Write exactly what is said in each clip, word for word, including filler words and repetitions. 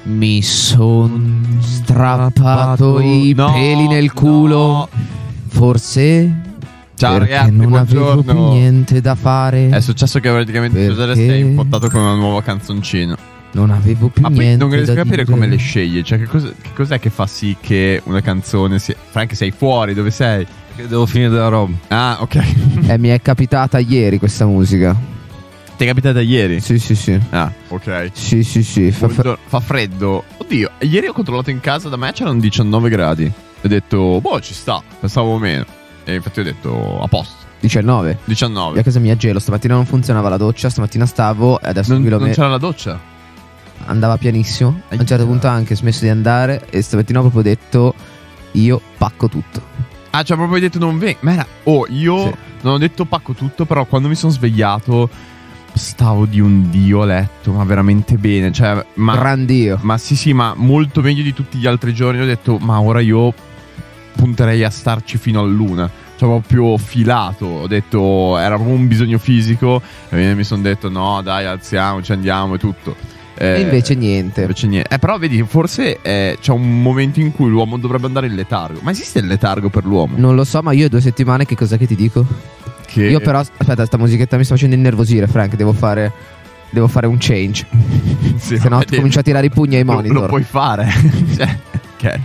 Mi son strappato i no, peli nel culo. No. Forse Ciao perché ragazzi, non buongiorno. avevo più niente da fare. È successo che praticamente Perché si è impottato con una nuova canzoncina. non avevo più Ma poi niente non riesco a da capire dire. come le sceglie. Cioè, che, cosa, che cos'è che fa sì che una canzone sia... Frank, sei fuori, dove sei? Che devo finire della roba. Ah, ok. Eh, mi è capitata ieri questa musica. Ti è capitata ieri? Sì, sì, sì. Ah, ok. Sì, sì, sì. Fa fre- Buongiorno. Fa freddo. Oddio, ieri ho controllato in casa, da me c'erano diciannove gradi. E ho detto, boh, ci sta. Pensavo meno. E infatti ho detto, a posto. diciannove. Io diciannove. a casa mia gelo. Stamattina non funzionava la doccia. Stamattina stavo e adesso Non, mi lo non me- c'era la doccia? andava pianissimo. A un certo Aia. punto ha anche smesso di andare. E stamattina ho proprio detto: io pacco tutto. Ah, cioè proprio hai detto non vengo. Ma era... Oh, io Sì. non ho detto pacco tutto, però quando mi sono svegliato stavo di un dio a letto, ma veramente bene. Cioè, ma... Grandio. Ma sì, sì, ma molto meglio di tutti gli altri giorni. Ho detto, ma ora io punterei a starci fino all'una. Cioè, proprio filato. Ho detto, era proprio un bisogno fisico. E mi sono detto, no, dai, alziamoci, andiamo e tutto. Eh, E invece niente. Invece niente. Eh, però vedi, forse eh, c'è un momento in cui l'uomo dovrebbe andare in letargo. Ma esiste il letargo per l'uomo? Non lo so, ma io due settimane che cos'è che ti dico? Che... Io però, aspetta, sta musichetta mi sta facendo innervosire, Frank. Devo fare Devo fare un change. Sì, Se no vabbè, comincio a tirare i pugni ai lo- monitor. Lo puoi fare. Cioè, ok.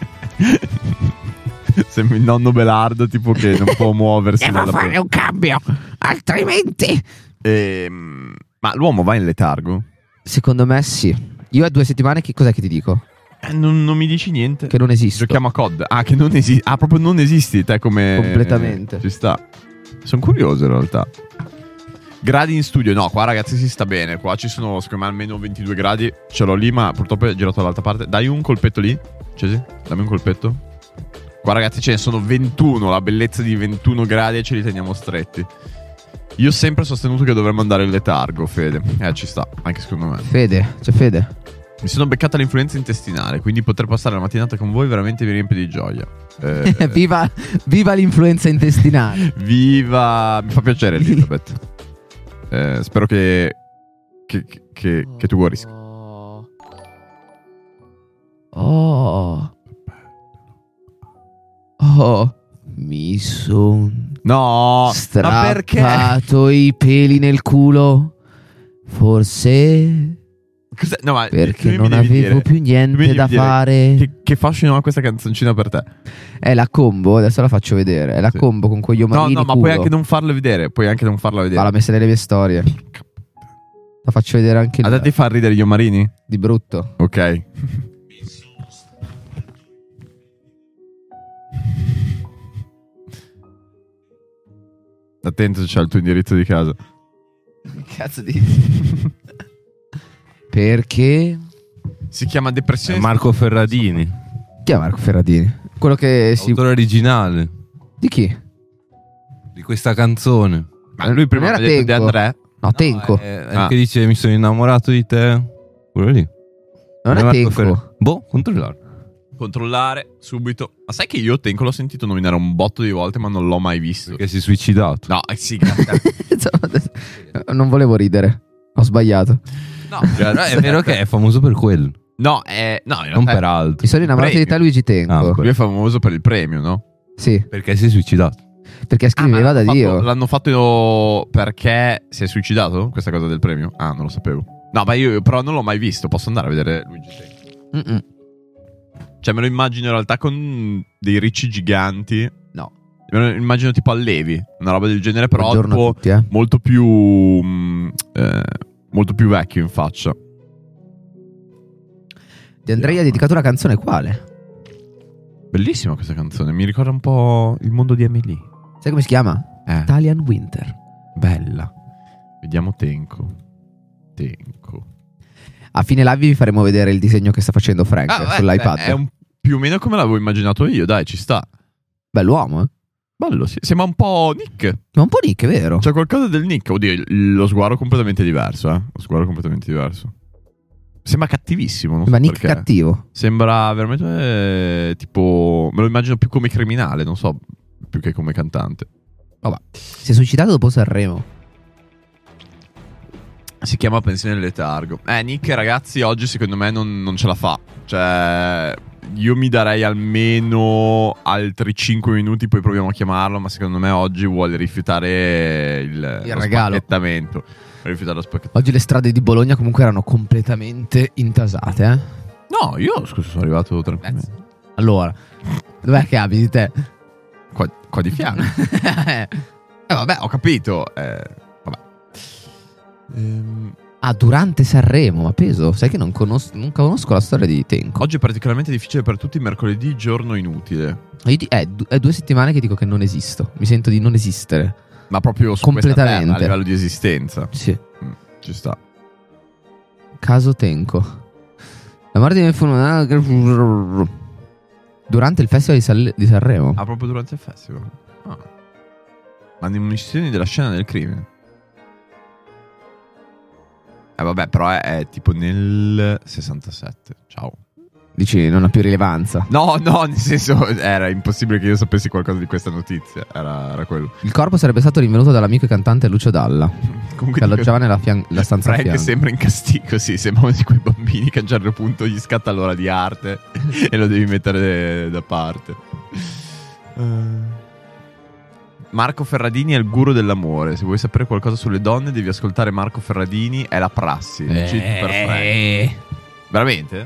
Sembri il nonno Belardo, tipo che non può muoversi Devo dalla fare un cambio, altrimenti. Ehm, Ma l'uomo va in letargo? Secondo me sì. Io a due settimane che cos'è che ti dico? Eh, non, non mi dici niente. Che non esisto. Giochiamo a C O D. Ah, che non esisti. Ah, proprio non esisti te come... Completamente. Ci sta. Sono curioso in realtà. Gradi in studio. No, qua ragazzi si sta bene. Qua ci sono secondo me almeno ventidue gradi. Ce l'ho lì, ma purtroppo è girato dall'altra parte. Dai un colpetto lì. Cesi, dammi un colpetto. Qua ragazzi ce ne sono ventuno. La bellezza di ventuno gradi e ce li teniamo stretti. Io ho sempre sostenuto che dovremmo andare in letargo, Fede. Eh, ci sta, anche secondo me. Fede, c'è Fede. Mi sono beccata l'influenza intestinale, quindi poter passare la mattinata con voi veramente mi riempie di gioia. Eh, viva, viva l'influenza intestinale. Viva! Mi fa piacere, Elizabeth. Eh, spero che, che, che, che tu guarisca. Oh. Oh. Oh. Mi son No! Ma perché? strappato i peli nel culo. Forse Cos'è? No, ma perché tu mi non devi avevo dire- più tu mi niente devi da dire fare. Che, che fascino ha questa canzoncina per te? È la combo, adesso la faccio vedere. È la Sì. combo con quegli No, omarini no, ma culo. puoi anche non farla vedere. Puoi anche non farla vedere. Ah, l'ha messa nelle mie storie. La faccio vedere anche A lì. te ti fa ridere gli omarini? Di brutto. Ok. Attento, c'è il tuo indirizzo di casa. Che cazzo dici? Perché? Si chiama depressione. Marco Ferradini, Chi è Marco Ferradini? Quello che si... autore originale Di chi? di questa canzone. Ma lui prima Non mi era ha detto di Tenco? Andrea. No, Tenco. Eh, eh, Ah. Che dice mi sono innamorato di te. Quello lì. Non è Marco Tenco. Fer- Boh, controllare. Controllare subito. Ma sai che io Tenco l'ho sentito nominare un botto di volte, ma non l'ho mai visto. Perché si è suicidato. No, eh, sì, grazie. Non volevo ridere. Ho sbagliato. No, Però è vero che è famoso per quello, No, eh, no, in non realtà per altro. Mi sono innamorato di te, Premio. Luigi Tenco. Ah, ok. lui è famoso per il premio, no? Sì, Perché si è suicidato. perché Ah, scriveva ma da l'hanno Dio. fatto- L'hanno fatto perché si è suicidato? Questa cosa del premio? Ah, non lo sapevo. No, ma io però non l'ho mai visto. Posso andare a vedere Luigi Tenco? Mm-mm. Cioè, me lo immagino in realtà con dei ricci giganti. No. Me lo immagino tipo Allevi, una roba del genere, però Buongiorno tipo a tutti, eh. molto più mm, eh, molto più vecchio in faccia. Di Andrea ha dedicato una canzone quale? Bellissima questa canzone, mi ricorda un po' il mondo di Emily. Sai come si chiama? Eh, Italian Winter. bella. Vediamo Tenco. Tenco. A fine live vi faremo vedere il disegno che sta facendo Frank Ah, beh, sull'iPad. beh, è un, più o meno come l'avevo immaginato io, dai, ci sta. Bell'uomo, eh. Bello, sì. Sembra un po' Nick. Ma un po' Nick, è vero? C'è qualcosa del Nick. Oddio, il- lo sguardo è completamente diverso, eh. Lo sguardo è completamente diverso. Sembra cattivissimo, non Sembra so Nick perché. cattivo. Sembra veramente eh, tipo... Me lo immagino più come criminale, non so, più che come cantante. Vabbè. Si è suicidato dopo Sanremo. Si chiama pensione del letargo. Eh, Nick, ragazzi, oggi secondo me non, non ce la fa. Cioè, io mi darei almeno altri cinque minuti, poi proviamo a chiamarlo. Ma secondo me oggi vuole rifiutare il, Il lo regalo. spacchettamento. Rifiutare lo spacchettamento. Oggi le strade di Bologna comunque erano completamente intasate, eh? No, io scusa, sono arrivato tranquillamente. Allora, dov'è che abiti te? Qua, qua di fianco. Eh, vabbè, ho capito. Eh, vabbè. Ehm, Ah, durante Sanremo, ma peso. Sai che non conosco, non conosco la storia di Tenco. oggi è particolarmente difficile per tutti. Mercoledì, giorno inutile. Io di- è, du- è due settimane che dico che non esisto. Mi sento di non esistere. Ma proprio su questa Completamente. terra, a livello di esistenza. Sì. Mm, ci sta. Caso Tenco. La morte di me fu una- durante il festival di, Sal- di Sanremo. Ah, proprio durante il festival. Ah. Manomissioni della scena del crimine. Eh vabbè, però è, è tipo nel sessantasette. Ciao. Dici, non ha più rilevanza. No, no, nel senso era impossibile che io sapessi qualcosa di questa notizia. Era, era quello. Il corpo sarebbe stato rinvenuto dall'amico e cantante Lucio Dalla, Comunque che dico- alloggiava nella fian- la stanza a Frank fianco. sembra in castigo, sì, sembra uno di quei bambini che a un certo punto gli scatta l'ora di arte e lo devi mettere da parte. Eh. Marco Ferradini è il guru dell'amore. Se vuoi sapere qualcosa sulle donne devi ascoltare Marco Ferradini, è la prassi. Un cheat per Frank. Eh. Veramente?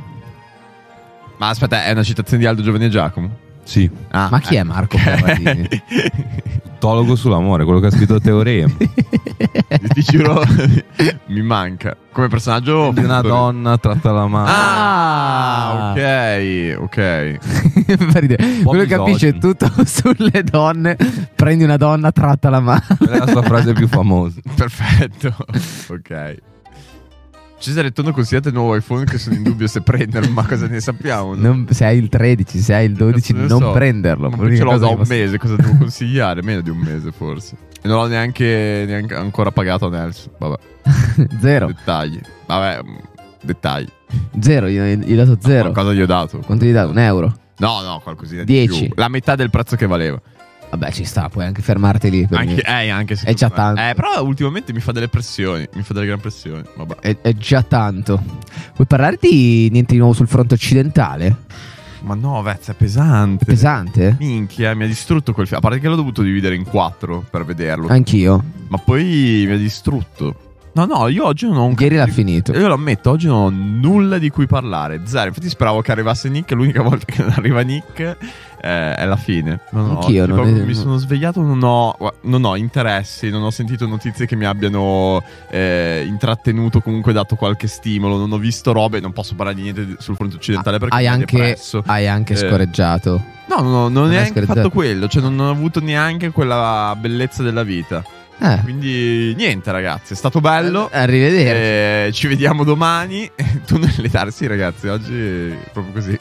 Ma aspetta, è una citazione di Aldo Giovanni e Giacomo? Sì. Ah, Ma chi è Marco Ferradini? Tuttologo sull'amore, quello che ha scritto Teorema. Ti giuro, mi manca. Come personaggio Di una donna tratta la mano. Ah, ok, ok. Fa ridere. po' Quello che capisce misogino. tutto sulle donne. Prendi una donna, tratta la mano. Quella è la sua frase più famosa. Perfetto. Ok. Cesare Tondo consigliate il nuovo iPhone che sono in dubbio se prenderlo, ma cosa ne sappiamo? Non- se hai il tredici, se hai il dodici, Cazzo ne non so. prenderlo. Ma L'unica ce l'ho cosa da che un posso- mese, cosa devo consigliare? Meno di un mese forse. E non l'ho neanche, neanche ancora pagato a Nelson. Vabbè, Zero. dettagli. Vabbè, mm, dettagli. Zero, io gli ho dato zero. Qualcosa gli ho dato. Quanto gli hai dato? Un euro. No, no, qualcosina di Dieci. più. La metà del prezzo che valeva. Vabbè, ci sta, puoi anche fermarti lì. Per Anche, me. eh, anche se È già tanto. Eh, però ultimamente mi fa delle pressioni. Mi fa delle gran pressioni. Vabbè. È, è già tanto. Vuoi parlare di niente di nuovo sul fronte occidentale? Ma no, Vezza, è pesante. Pesante? Minchia, mi ha distrutto quel film. A parte che l'ho dovuto dividere in quattro per vederlo. Anch'io. Ma poi mi ha distrutto. No, no, io oggi non ho un Ieri l'ha di- finito. Io lo ammetto, oggi non ho nulla di cui parlare. Zero. Infatti speravo che arrivasse Nick. L'unica volta che non arriva Nick eh, è la fine. Non ho, Anch'io, oggi non proprio è- mi sono svegliato, non ho, gua- non ho interessi, non ho sentito notizie che mi abbiano eh, intrattenuto, comunque dato qualche stimolo. Non ho visto robe, non posso parlare di niente di- sul fronte occidentale perché Hai mi è anche, depresso. hai anche Eh, scorreggiato. No, no, no, non Non ho hai neanche scorreggiato. fatto quello. Cioè, non ho avuto neanche quella bellezza della vita. Eh, Quindi, niente, ragazzi, è stato bello. arrivederci. Eh, ci vediamo domani. Tu nelle tardi, sì, ragazzi, oggi è proprio così.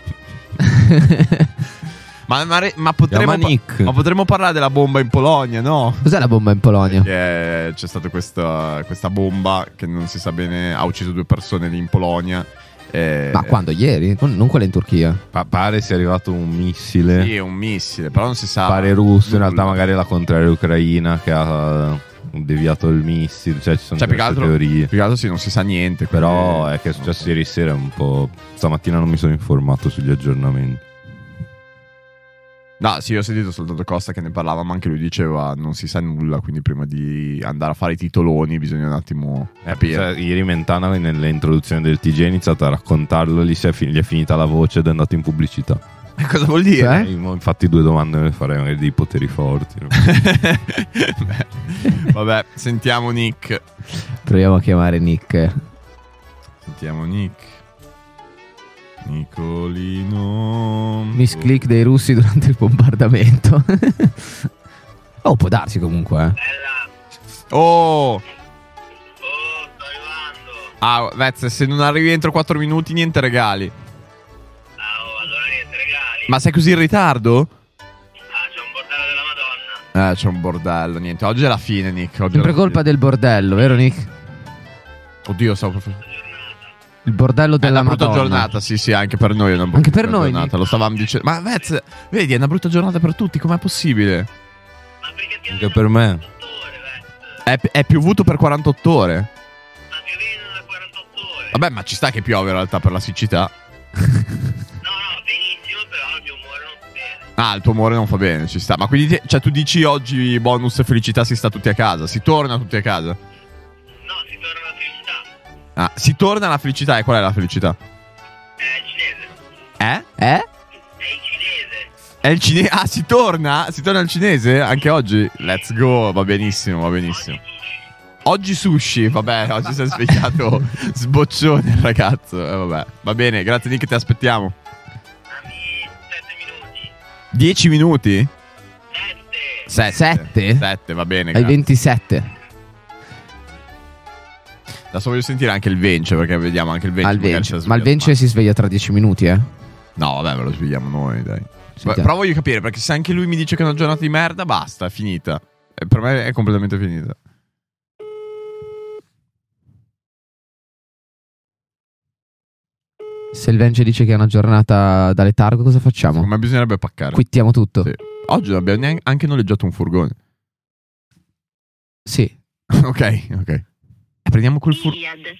ma, ma, re- ma potremmo, Chiama Nick. ma potremmo parlare della bomba in Polonia, no? Cos'è la bomba in Polonia? Che c'è stata questa, questa bomba che non si sa bene, ha ucciso due persone lì in Polonia. Eh, Ma quando? Ieri? Non, non quella in Turchia. Pa- pare sia arrivato un missile. Sì, è un missile, però non si sa. Pare russo, in realtà nulla. magari è la contraria ucraina che ha deviato il missile. Cioè ci sono Cioè, più che diverse altro, teorie. più che altro sì, non si sa niente. Però quindi- è che è successo ieri sera un po'. Stamattina non mi sono informato sugli aggiornamenti. No, sì, ho sentito soltanto Costa che ne parlava, ma anche lui diceva non si sa nulla, quindi prima di andare a fare i titoloni bisogna un attimo capire. Cioè, ieri Mentana nell'introduzione del T G ha iniziato a raccontarlo, gli, si è fi- gli è finita la voce ed è andato in pubblicità. Cosa vuol dire? Cioè? E mo- infatti due domande le farei, magari dei poteri forti. no? Beh, vabbè, sentiamo Nick. Proviamo a chiamare Nick. Sentiamo Nick. Nicolino. Misclick dei russi durante il bombardamento. Oh, può darsi comunque, eh. Oh! Oh, sto arrivando. Ah, Vez, se non arrivi entro quattro minuti niente regali. Ah, oh, allora niente regali. Ma sei così in ritardo? Ah, c'è un bordello della Madonna. Eh, c'è un bordello, niente. Oggi è la fine, Nick. Oggi è Sempre la colpa fine. del bordello, vero Nick? Oddio, stavo proprio... Il bordello È della una brutta Madonna. giornata, sì, sì, anche per noi è una brutta Anche per noi, giornata. Nick. Lo stavamo dicendo. Ma Vez, vedi, è una brutta giornata per tutti, com'è possibile? Ma perché ti Anche per me. dottore, Vez? È, è piovuto per quarantotto ore. Vabbè, ma ci sta che piove in realtà per la siccità. No, no, benissimo, però il mio umore non va bene. Ah, il tuo umore non fa bene, ci sta. Ma quindi, te- cioè, tu dici oggi bonus felicità, si sta tutti a casa, si torna tutti a casa? No, si torna alla felicità. Ah, si torna alla felicità, e qual è la felicità? È il cinese. Eh? Eh? È il cinese. È il cinese. Ah, si torna? Si torna al cinese? Anche oggi? Let's go, va benissimo, va benissimo. Oggi sushi, vabbè, oggi si è svegliato sboccione il ragazzo. Eh, vabbè. Va bene, grazie Nick, ti aspettiamo. Dammi sette minuti. Dieci minuti? Sette. Sette. Sette? Sette, va bene. Ai grazie. ventisette. Adesso voglio sentire anche il Vence, perché vediamo anche il Vence. Al magari Vence. si è Ma il svegliato Vence si sveglia tra dieci minuti, eh? No, vabbè, me lo svegliamo noi, dai. Sentiamo. Però voglio capire, perché se anche lui mi dice che è una giornata di merda, basta, è finita. E per me è completamente finita. Se il Vence dice che è una giornata da letargo, cosa facciamo? Secondo me bisognerebbe paccare. Quittiamo tutto? Sì. Oggi non abbiamo neanche anche noleggiato un furgone. Sì. Ok, ok. E prendiamo quel furgone.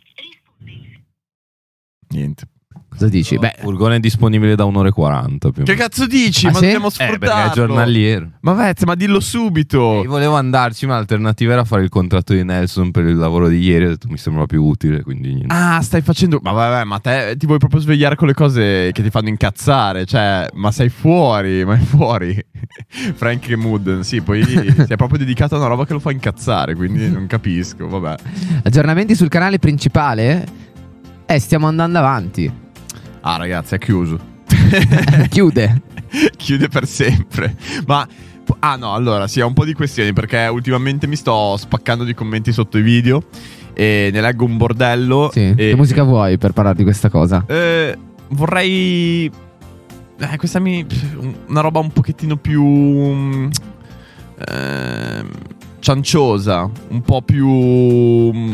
Niente. Cosa dici? Il Beh, furgone è disponibile da un'ora e quaranta più o Che meno. cazzo dici? Ah, ma sì? dobbiamo Eh, sfruttarlo. perché è giornaliero. Ma Vez, ma dillo subito. Io volevo andarci, ma l'alternativa era fare il contratto di Nelson per il lavoro di ieri. Ho detto mi sembra più utile, quindi niente. Ah, stai facendo. Ma vabbè, ma te ti vuoi proprio svegliare con le cose che ti fanno incazzare. Cioè, ma sei fuori, ma è fuori. Frank Mood. Sì, poi si è proprio dedicato a una roba che lo fa incazzare. Quindi non capisco. Vabbè. aggiornamenti sul canale principale? Eh, stiamo andando avanti. Ah, ragazzi, è chiuso. Chiude. Chiude per sempre. Ma. Ah, no, allora, sì, ho un po' di questioni. Perché ultimamente mi sto spaccando di commenti sotto i video. E ne leggo un bordello. Sì. E, Che musica vuoi per parlare di questa cosa? Eh, vorrei. Eh, questa mi. Una roba un pochettino più. mm, eh, cianciosa. Un po' più. mm,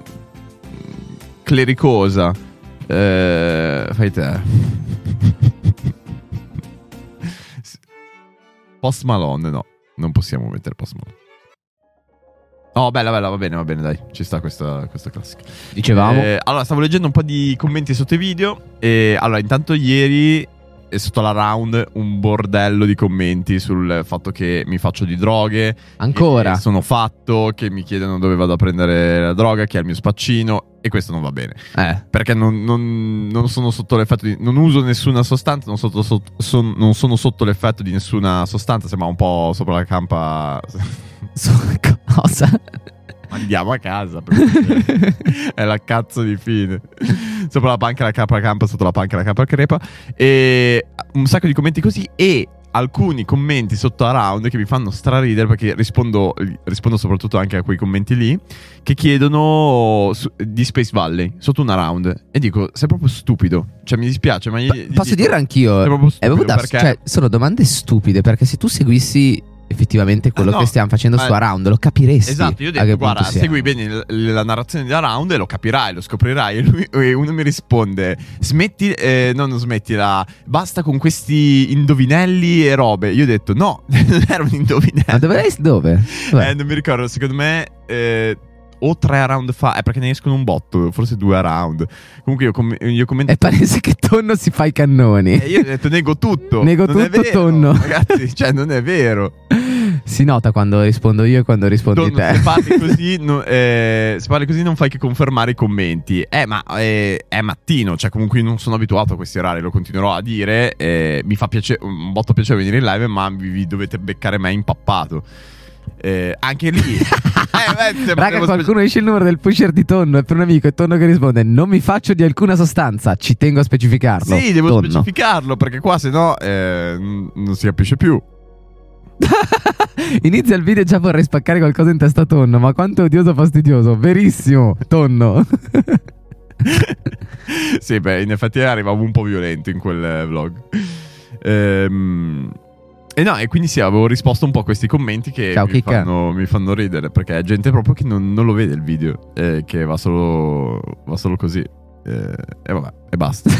clericosa. Eh, fai te. Post Malone, no. Non possiamo mettere Post Malone. Oh, bella, bella, va bene, va bene, dai. Ci sta questa, questa classica. Dicevamo. Eh, allora, stavo leggendo un po' di commenti sotto i video. E allora, intanto ieri è sotto la round un bordello di commenti sul fatto che mi faccio di droghe. Ancora? Che sono fatto, che mi chiedono dove vado a prendere la droga, che è il mio spaccino. E questo non va bene. Eh. Perché non, non- non sono sotto l'effetto di. Non uso nessuna sostanza. Non, sotto- sotto- son- non sono sotto l'effetto di nessuna sostanza. Sembra un po' sopra la campa. Su cosa? Andiamo a casa. perché È la cazzo di fine. Sopra la panca la capa campa, sotto la panca la capa crepa. E un sacco di commenti così. E alcuni commenti sotto a round che mi fanno straridere, perché rispondo, rispondo soprattutto anche a quei commenti lì che chiedono su- di Space Valley sotto una round. E dico, sei proprio stupido. Cioè mi dispiace, ma gli- Pa- gli Posso dico, dire anch'io? sei proprio È stupido proprio da, perché- cioè, sono domande stupide. Perché se tu seguissi effettivamente quello Ah, no, che stiamo facendo ma- su Around, lo capiresti. Esatto, io ho a che detto, punto guarda, siamo. segui bene l- la narrazione di Around e lo capirai, lo scoprirai. E, lui, e uno mi risponde, smetti, eh, no, non smettila, basta con questi indovinelli e robe. Io ho detto, no, non era un indovinello. Ma dove? Dove? Dov'è? Eh, non mi ricordo, secondo me eh, o tre round fa, è perché ne escono un botto, forse due round. Comunque io, com- io commento. È palese che Tonno si fa i cannoni. Eh, io ho detto nego tutto. Nego Non è tutto, vero, Tonno. Ragazzi, cioè non è vero. Si nota quando rispondo io e quando rispondi Tonno, te. se parli così, no- eh, se parli così non fai che confermare i commenti. Eh, ma eh, è mattino, cioè comunque non sono abituato a questi orari, lo continuerò a dire. eh, mi fa piacere, un botto piacere venire in live, ma vi, vi dovete beccare me impappato. Eh, anche lì. eh, beh, Raga, devo qualcuno spe- esce il numero del pusher di Tonno. È per un amico. E Tonno che risponde: non mi faccio di alcuna sostanza. Ci tengo a specificarlo. Sì, devo Tonno. specificarlo, perché qua se no eh, n- non si capisce più. Inizia il video e già vorrei spaccare qualcosa in testa a Tonno. Ma quanto è odioso fastidioso. Verissimo, Tonno. Sì, beh, in effetti arrivavo un po' violento in quel eh, vlog. Ehm, e no, e quindi sì, avevo risposto un po' a questi commenti che Ciao, mi, Chicca. fanno, mi fanno ridere, perché è gente proprio che non, non lo vede il video, eh, che va solo, va solo così. Eh, e vabbè, e basta.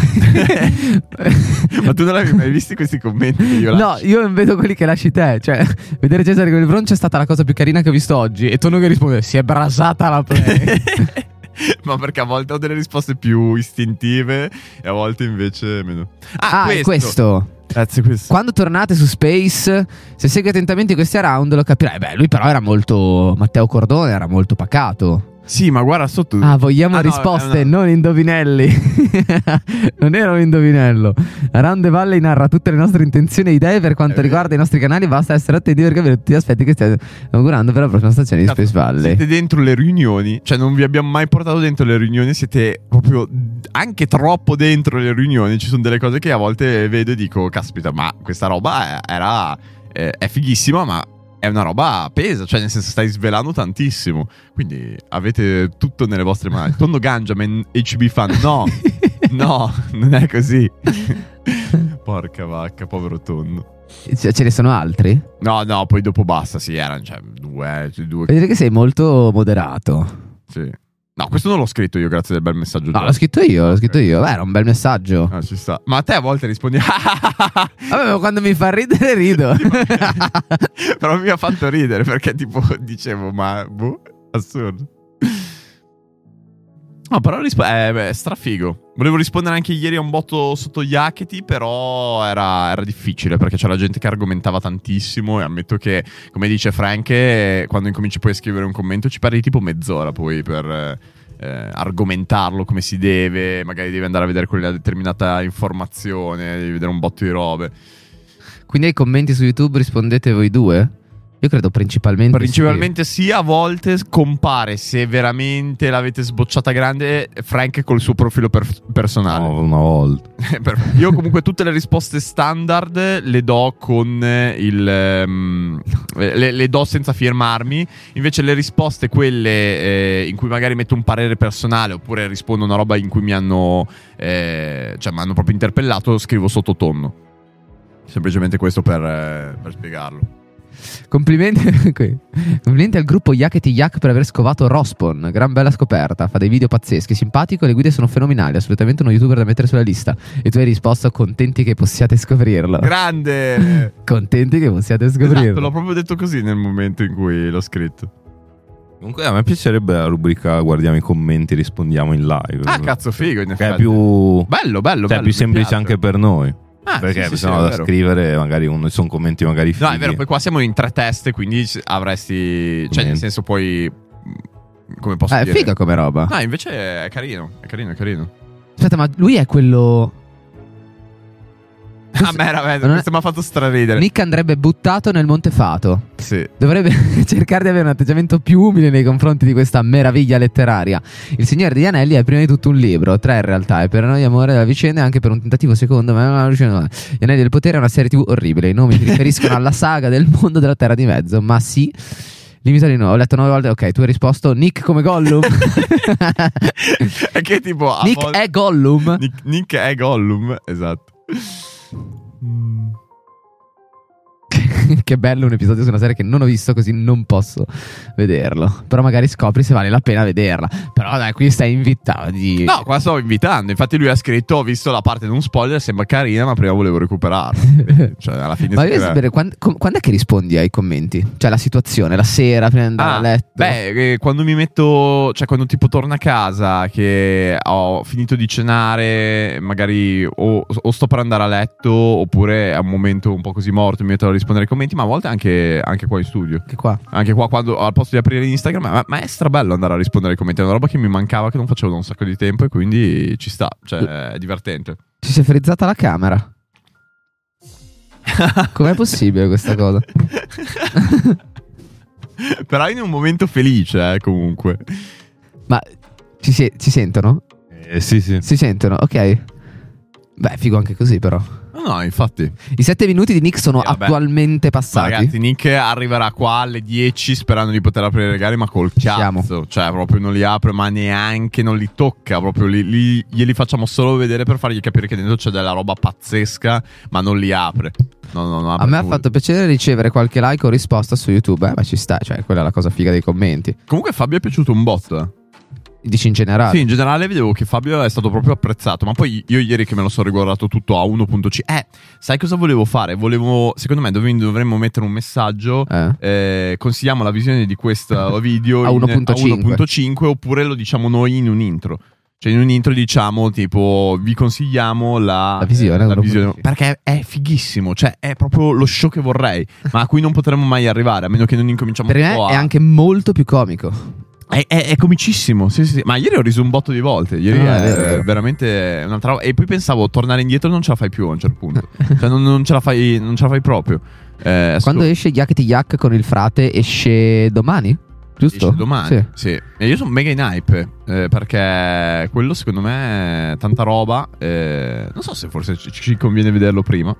Ma tu non avevi mai visti questi commenti che io No, lascio? io non vedo quelli che lasci te. Cioè, vedere Cesare con il broncio è stata la cosa più carina che ho visto oggi. E Tonno che risponde: si è brasata la play. Ma perché a volte ho delle risposte più istintive e a volte invece meno. Ah, Ah, questo. è questo. Grazie, questo. Quando tornate su Space, se segui attentamente questi round lo capirai. Beh, lui però era molto... Matteo Cordone era molto pacato. Sì, ma guarda sotto. Ah, vogliamo Ah, no, risposte, è una- non indovinelli. Non era un indovinello. Around the Valley narra tutte le nostre intenzioni e idee per quanto È vero. riguarda i nostri canali. Basta essere attenti per capire tutti gli aspetti che stiamo augurando per la prossima stazione di Cazzo, Space Valley. Siete dentro le riunioni, cioè non vi abbiamo mai portato dentro le riunioni, siete proprio anche troppo dentro le riunioni. Ci sono delle cose che a volte vedo e dico, caspita, ma questa roba è- era eh, è fighissima, ma è una roba pesa, cioè nel senso stai svelando tantissimo. Quindi avete tutto nelle vostre mani. Tondo Ganjaman H B fan, no, no, non è così. Porca vacca, povero Tondo. Ce ce ne sono altri? No, no, poi dopo basta, sì, erano cioè, due, cioè, due. Vedete che sei molto moderato. Sì. No, questo non l'ho scritto io, grazie del bel messaggio. No, l'ho scritto io, l'ho scritto io. Beh, era un bel messaggio. Ah, ci sta. Ma a te a volte rispondi. Vabbè, ma quando mi fa ridere rido. Però mi ha fatto ridere perché tipo dicevo, ma boh, assurdo. No, però rispo- eh, beh, strafigo. Volevo rispondere anche ieri a un botto sotto Yakety, però era, era difficile perché c'era gente che argomentava tantissimo e ammetto che, come dice Frank, eh, quando incominci poi a scrivere un commento ci perdi tipo mezz'ora poi per eh, argomentarlo come si deve, magari devi andare a vedere quella determinata informazione, devi vedere un botto di robe. Quindi ai commenti su YouTube rispondete voi due? Io credo principalmente Principalmente sì, a volte compare se veramente l'avete sbocciata grande Frank col suo profilo per- personale. No, una volta. Per- Io comunque tutte le risposte standard le do con il ehm, le, le do senza firmarmi. Invece le risposte quelle eh, in cui magari metto un parere personale oppure rispondo a una roba in cui mi hanno eh, cioè mi hanno proprio interpellato, scrivo sotto tonno. Semplicemente questo per, eh, per spiegarlo. Complimenti, qui. Complimenti al gruppo Yakety Yak per aver scovato Rospon. Gran bella scoperta. Fa dei video pazzeschi, simpatico. Le guide sono fenomenali. Assolutamente uno youtuber da mettere sulla lista. E tu hai risposto contenti che possiate scoprirlo. Grande! Contenti che possiate scoprirlo. Esatto, l'ho proprio detto così nel momento in cui l'ho scritto. Comunque a me piacerebbe la rubrica guardiamo i commenti, rispondiamo in live. Ah, cazzo, figo, in Che effetti. è più, Bello, bello, cioè, bello. più mi semplice piace. anche per noi. Ah, Perché sì, sì, sennò sì, è da vero. scrivere magari uno, sono commenti magari fighi. No, è vero, poi qua siamo in tre teste, quindi c- avresti... Cioè, nel senso poi... Come posso Eh, è dire? figa come roba. No, invece è carino, è carino, è carino. Aspetta, ma lui è quello... A me era bello, Non è- questo mi ha fatto straridere. Nick andrebbe buttato nel Montefato. Sì. Dovrebbe cercare di avere un atteggiamento più umile nei confronti di questa meraviglia letteraria. Il Signore degli Anelli è prima di tutto un libro, tre in realtà, e per noi amore della vicenda e anche per un tentativo secondo me. Gli Anelli del Potere è una serie tv orribile. I nomi si riferiscono alla saga del mondo della Terra di Mezzo, ma sì. Limita di nuovo, ho letto nove volte. Ok, tu hai risposto Nick come Gollum. È che tipo... a Nick volte- è Gollum. Nick, Nick è Gollum, esatto. Mm. Che bello un episodio su una serie che non ho visto, così non posso vederlo. Però magari scopri se vale la pena vederla. Però dai, qui stai invitando di... No, qua sto invitando. Infatti lui ha scritto, ho visto la parte non spoiler, sembra carina, ma prima volevo recuperarla. Cioè, alla fine... Ma io voglio scrive- sapere quando, com- quando è che rispondi ai commenti? Cioè la situazione, la sera prima di andare Ah, a letto. beh, eh, quando mi metto, cioè quando tipo torno a casa che ho finito di cenare, magari o, o sto per andare a letto oppure è un momento un po' così morto, mi metto a rispondere ai commenti, ma a volte anche, anche qua in studio. Che qua. Anche qua quando al posto di aprire Instagram, ma, ma è strabello andare a rispondere ai commenti, è una roba che mi mancava, che non facevo da un sacco di tempo e quindi ci sta, cioè è divertente. Ci si è frizzata la camera. Com'è possibile questa cosa? Però in un momento felice, eh, comunque. Ma ci, si- ci sentono? Eh, sì, sì. Si sentono, ok. Beh, figo anche così però. No, no, infatti. I sette minuti di Nick sono Eh, vabbè. attualmente Ma passati. ragazzi, Nick arriverà qua alle dieci sperando di poter aprire i regali, ma col Ci siamo. cazzo. Cioè, proprio non li apre, ma neanche non li tocca. Proprio li, li- glieli facciamo solo vedere per fargli capire che dentro c'è della roba pazzesca, ma non li apre. No, no, no, A apre me ha nulla. fatto piacere ricevere qualche like o risposta su YouTube. Eh, ma ci sta, cioè, quella è la cosa figa dei commenti. Comunque, Fabio è piaciuto un botto. Eh. Dici in generale? Sì, in generale vedevo che Fabio è stato proprio apprezzato. Ma poi io ieri che me lo sono riguardato tutto a uno punto cinque. Eh, sai cosa volevo fare? Volevo, secondo me dov- dovremmo mettere un messaggio. Eh. Eh, consigliamo la visione di questo video A in- uno punto cinque. a uno punto cinque, oppure lo diciamo noi in un intro. Cioè in un intro diciamo tipo vi consigliamo la, La visione, eh, la uno visione punto cinque. perché è fighissimo. Cioè è proprio lo show che vorrei, ma a cui non potremmo mai arrivare, a meno che non incominciamo Per un me po' a... è anche molto più comico. È, è- è comicissimo, sì, sì, sì. Ma ieri ho riso un botto di volte. Ieri Ah, è, è vero, è vero. veramente un'altra roba. E poi pensavo, tornare indietro non ce la fai più a un certo punto. Cioè, non, non ce la fai, non ce la fai proprio. Eh, Quando sto- esce Yakety Yak con il frate, esce domani? Giusto? esce domani. Sì. Sì. E io sono mega in hype. eh, perché quello secondo me è tanta roba. eh, non so se forse ci, ci conviene vederlo prima.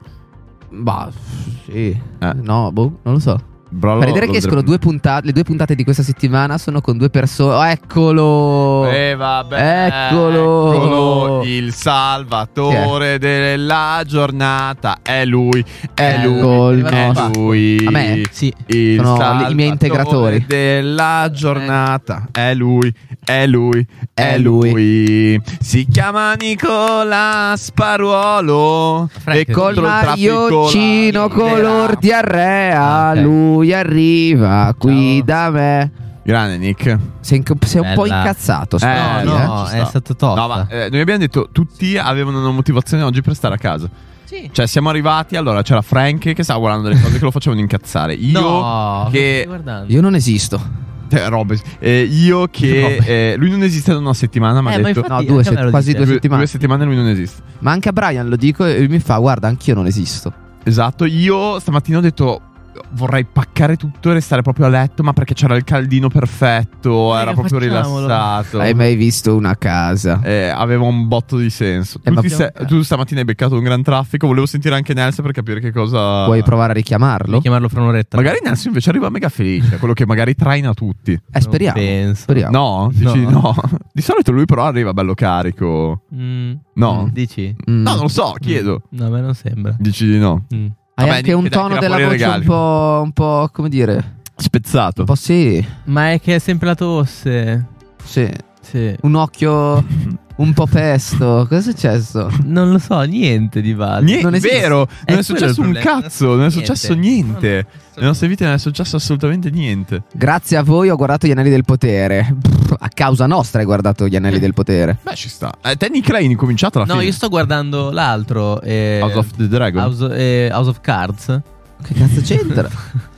Bah, sì. Eh. No, boh, non lo so. Però Fa lo- vedere lo che escono vedremo. due puntate. Le due puntate di questa settimana sono con due persone. Oh, eccolo! Eh vabbè, Eccolo! eccolo, il salvatore della giornata. È lui, è Ecco lui, il è nostro. lui. A me? Sì. Il Sono i miei salvatore integratori. della giornata. È lui, è lui, è È lui. lui. Si chiama Nicola Sparuolo. Frank, e Col contro il traffico maglioncino la color guiderà. diarrea. Ah, ok. Lui arriva qui Ciao. da me. Grande Nick. Sei, in- sei un po' Bella. incazzato. Eh, secondo No, me, no, ci è sta. stato tosta. No, ma eh, noi abbiamo detto tutti avevano una motivazione oggi per stare a casa. Sì. Cioè, siamo arrivati. Allora, c'era Frank che stava guardando delle cose che lo facevano incazzare. Io no, che. stai guardando? Io non esisto. Eh, robe. Eh, io che. eh, lui non esiste da una settimana. Ma ha Eh, ma detto. infatti- No, due anche a me set- lo quasi dite. due Due, settimane. due settimane lui non esiste. Ma anche a Brian lo dico e lui mi fa: guarda, anch'io non esisto. Esatto. Io stamattina ho detto. Vorrei paccare tutto e restare proprio a letto. Ma perché c'era il caldino perfetto. Eh, Era proprio facciamolo. rilassato. Hai mai visto una casa? Eh, aveva un botto di senso. Eh, tu, ma- ti sei- tu stamattina hai beccato un gran traffico. Volevo sentire anche Nelson per capire che cosa. Vuoi provare a richiamarlo? Devi chiamarlo fra un'oretta. Magari Nelson invece arriva mega felice. Quello che magari traina tutti. Eh, speriamo. Non penso. Speriamo. No? Dici No. no. Di solito lui però arriva bello carico. Mm. No. Mm, Dici? Mm. No, non lo so, chiedo. No, a me non sembra. Dici di no. Mm. Hai Vabbè, anche un Nick, dai, tono tira della fuori i voce un regali. po', un po', come dire, Spezzato. un po' sì, Ma è che è sempre la tosse. sì. Sì. Un occhio un po' pesto. Cosa è successo? Non lo so, niente di base. Niente, Non esiste. vero, non è, quello successo il un problema. cazzo, non è Niente. successo niente. Nelle nostre vite non è successo assolutamente niente. Grazie a voi ho guardato Gli Anelli del Potere. Pff, a causa nostra hai guardato Gli Anelli del Potere. Beh, ci sta. Eh, te Nick l'hai incominciato alla No, fine. io sto guardando l'altro. Eh, House of the Dragon. House, eh, House of Cards. Che cazzo c'entra?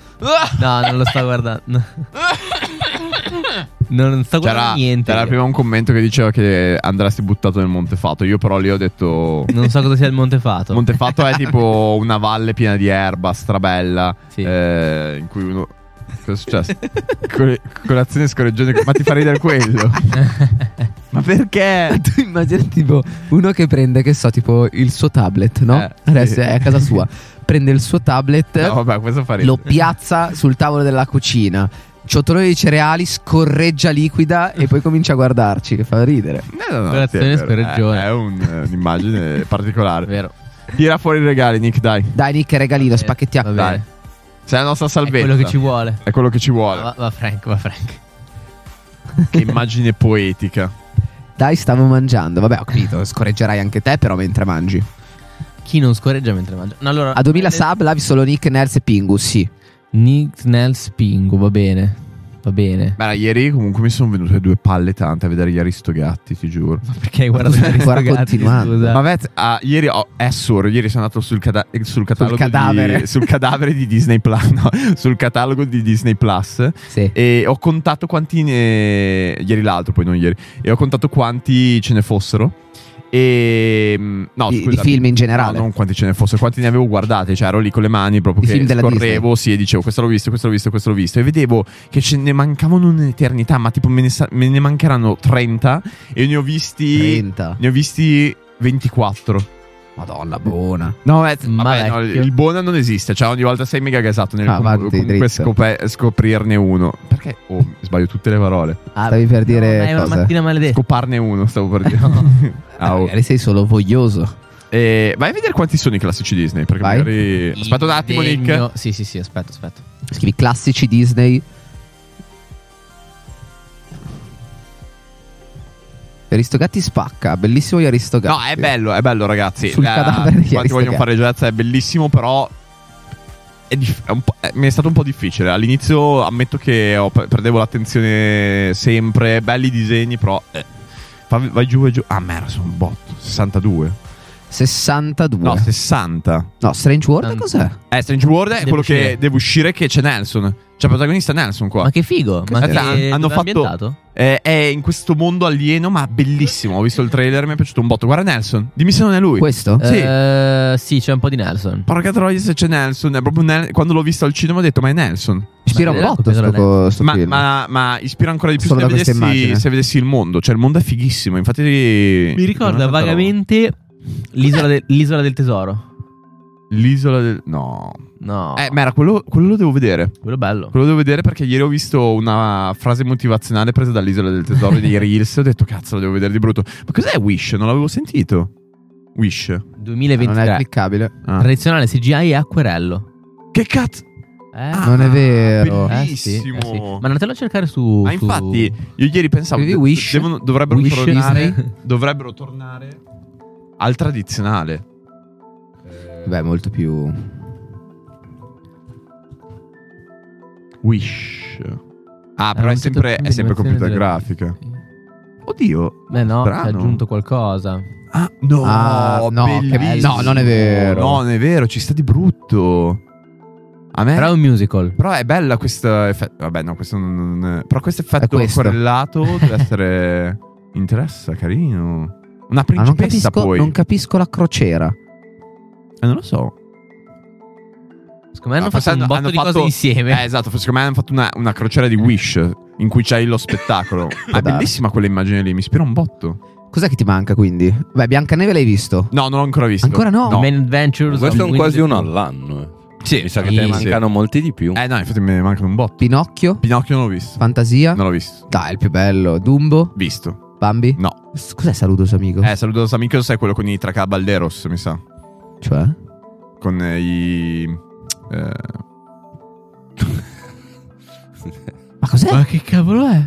No, non lo sto guardando. Non sto C'era, guardando niente. c'era prima un commento che diceva che andresti buttato nel Montefato. Io però lì ho detto Non so cosa sia il Montefato. Montefato è tipo una valle piena di erba, strabella, Sì. eh, in cui uno... Cosa è successo? Co- colazione scorreggione. Ma ti fa ridere quello? Ma perché? Tu immagini tipo uno che prende, che so, tipo il suo tablet, no? Eh, Adesso sì. è a casa sua. Prende il suo tablet, No, vabbè, questo fa ridere. lo piazza sul tavolo della cucina. Ciotolone di cereali, scorreggia liquida e poi comincia a guardarci, che fa ridere. No, no, no, Colazione sì, è vero. scorreggione. È, è un- eh, un'immagine particolare. Vero. Tira fuori i regali, Nick, dai. Dai Nick, regalino, spacchettiamo. Va bene. Dai. Sei la nostra È salvezza. quello che ci vuole. È quello che ci vuole. Va, va Frank, va Frank. Che immagine poetica. Dai, stavo mangiando. Vabbè, ho capito, scorreggerai anche te però mentre mangi. Chi non scorreggia mentre mangia? No, allora, A duemila sub lavi solo Nick, Nels e Pingus, sì. Nick Nels Pingu, va bene. Va bene. Beh, ieri comunque mi sono venute due palle tante a vedere gli Aristogatti, ti giuro. Ma perché hai guardato gli Ancora Aristogatti, continuando. scusa? Ma vet, ah, ieri oh, è assurdo. Ieri sono andato sul, cada- sul catalogo cadavere. di, sul cadavere di Disney Plus. No, sul catalogo di Disney Plus. Sì. E ho contato quanti ne... Ieri l'altro, poi non ieri. E ho contato quanti ce ne fossero. E no, Di- scusa, di film in generale. no, non quanti ce ne fossero, quanti ne avevo guardati. Cioè ero lì con le mani proprio Di che film della scorrevo, sì, e dicevo questo l'ho visto, questo l'ho visto, questo l'ho visto. E vedevo che ce ne mancavano un'eternità. Ma tipo me ne, sa- me ne mancheranno trenta. E ne ho visti trenta. Ne ho visti ventiquattro. Madonna, buona. No, eh, Ma vabbè, no, vecchio. il buono non esiste. Cioè, ogni volta sei mega gasato nel Ah, com- avanti, comunque dritto. scop- scoprirne uno. Perché? Oh, sbaglio tutte le parole. Ah, Stavi per dire no, ma è una cosa? mattina maledetta. Scoparne uno, stavo per dire. Ah, oh. Magari sei solo voglioso. E vai a vedere quanti sono i classici Disney. Perché Vai. magari. Aspetta un attimo, Nick. Degno- Sì, sì, sì, aspetta, aspetta. Scrivi classici Disney. Aristogatti spacca, bellissimo gli Aristogatti. No, è bello, è bello, ragazzi. Sul Eh, cadavere di quanti vogliono Aristogatti. fare jazz è bellissimo, però è dif- è un po'- eh, mi è stato un po' difficile. All'inizio ammetto che ho- perdevo l'attenzione sempre. Belli disegni, però eh, vai, vai giù e giù. Ah, merda, sono un botto. sessantadue. sessantadue. No, sessanta. No, Strange World cos'è? Eh, Strange World è Deve quello uscire. che deve uscire, che c'è Nelson. C'è il protagonista Nelson qua. Ma che figo. Ma Aspetta, che hanno dove è fatto- ambientato? Eh, è in questo mondo alieno, ma bellissimo. Ho visto il trailer, mi è piaciuto un botto. Guarda Nelson, dimmi se non è lui. Questo? Sì. Eh, sì, c'è un po' di Nelson. Porca troia, se c'è Nelson. È proprio Nel- quando l'ho visto al cinema ho detto, ma è Nelson. Ispira Ma un è botto quello sto, là. co- sto Ma, film. ma- ma ispira ancora di più Solo se da questa vedessi, immagine. se vedessi il mondo. Cioè, il mondo è fighissimo. Infatti, Mi ricorda vagamente l'isola, de- l'isola del tesoro. l'isola del. No. No, Eh, ma era quello, quello lo devo vedere. quello bello. Quello lo devo vedere perché ieri ho visto una frase motivazionale presa dall'isola del tesoro dei Reels. Ho detto, cazzo, lo devo vedere di brutto. Ma cos'è Wish? Non l'avevo sentito. Wish. non è duemilaventitré. cliccabile. Ah. Tradizionale C G I e acquerello. Che cazzo? Eh, Ah, Non è vero. eh sì, eh bellissimo. sì. Ma andatelo a cercare su. Ma su- infatti, io ieri pensavo Scrivi de- Wish? devono- dovrebbero Wish tornare. Disney? Dovrebbero tornare al tradizionale. Beh, molto più. Wish. Ah, però Era è un sempre, tutto- è sempre computer delle- grafica. Oddio. Beh, no, Strano. ha aggiunto qualcosa. Ah, no, Ah, no, che- bellissimo. no, non è vero. No, non è vero, ci sta di brutto. A me Però è un musical. Però è bella questa effetto. Vabbè, no, questo non non è- però questo effetto È questo. correlato deve essere interessa, carino. Una Ah, non principessa capisco, poi. non capisco la crociera. Eh, non lo so. Secondo me hanno Ah, fatto un hanno- botto hanno di fatto- cose insieme. Eh, esatto, secondo me hanno fatto una, una crociera di Wish in cui c'hai lo spettacolo. Ma è darsi. bellissima quell'immagine lì, mi ispira un botto. Cos'è che ti manca quindi? Beh, Biancaneve l'hai visto? No, non l'ho ancora visto. Ancora no? No. Man Adventures. Questo è of un quasi Winnie uno the Pooh. all'anno. eh. Sì, Mi sa che sì, te ne sì. mancano molti di più. Eh no, infatti me ne mancano un botto. Pinocchio? Pinocchio non l'ho visto. Fantasia? Non l'ho visto. Dai, il più bello. Dumbo? Visto. Bambi? No. S- Cos'è Saludos amico? Eh, saluto Amigos è quello con i tre caballeros, mi sa. Cioè? Con eh, i... eh, Ma cos'è? Ma che cavolo è?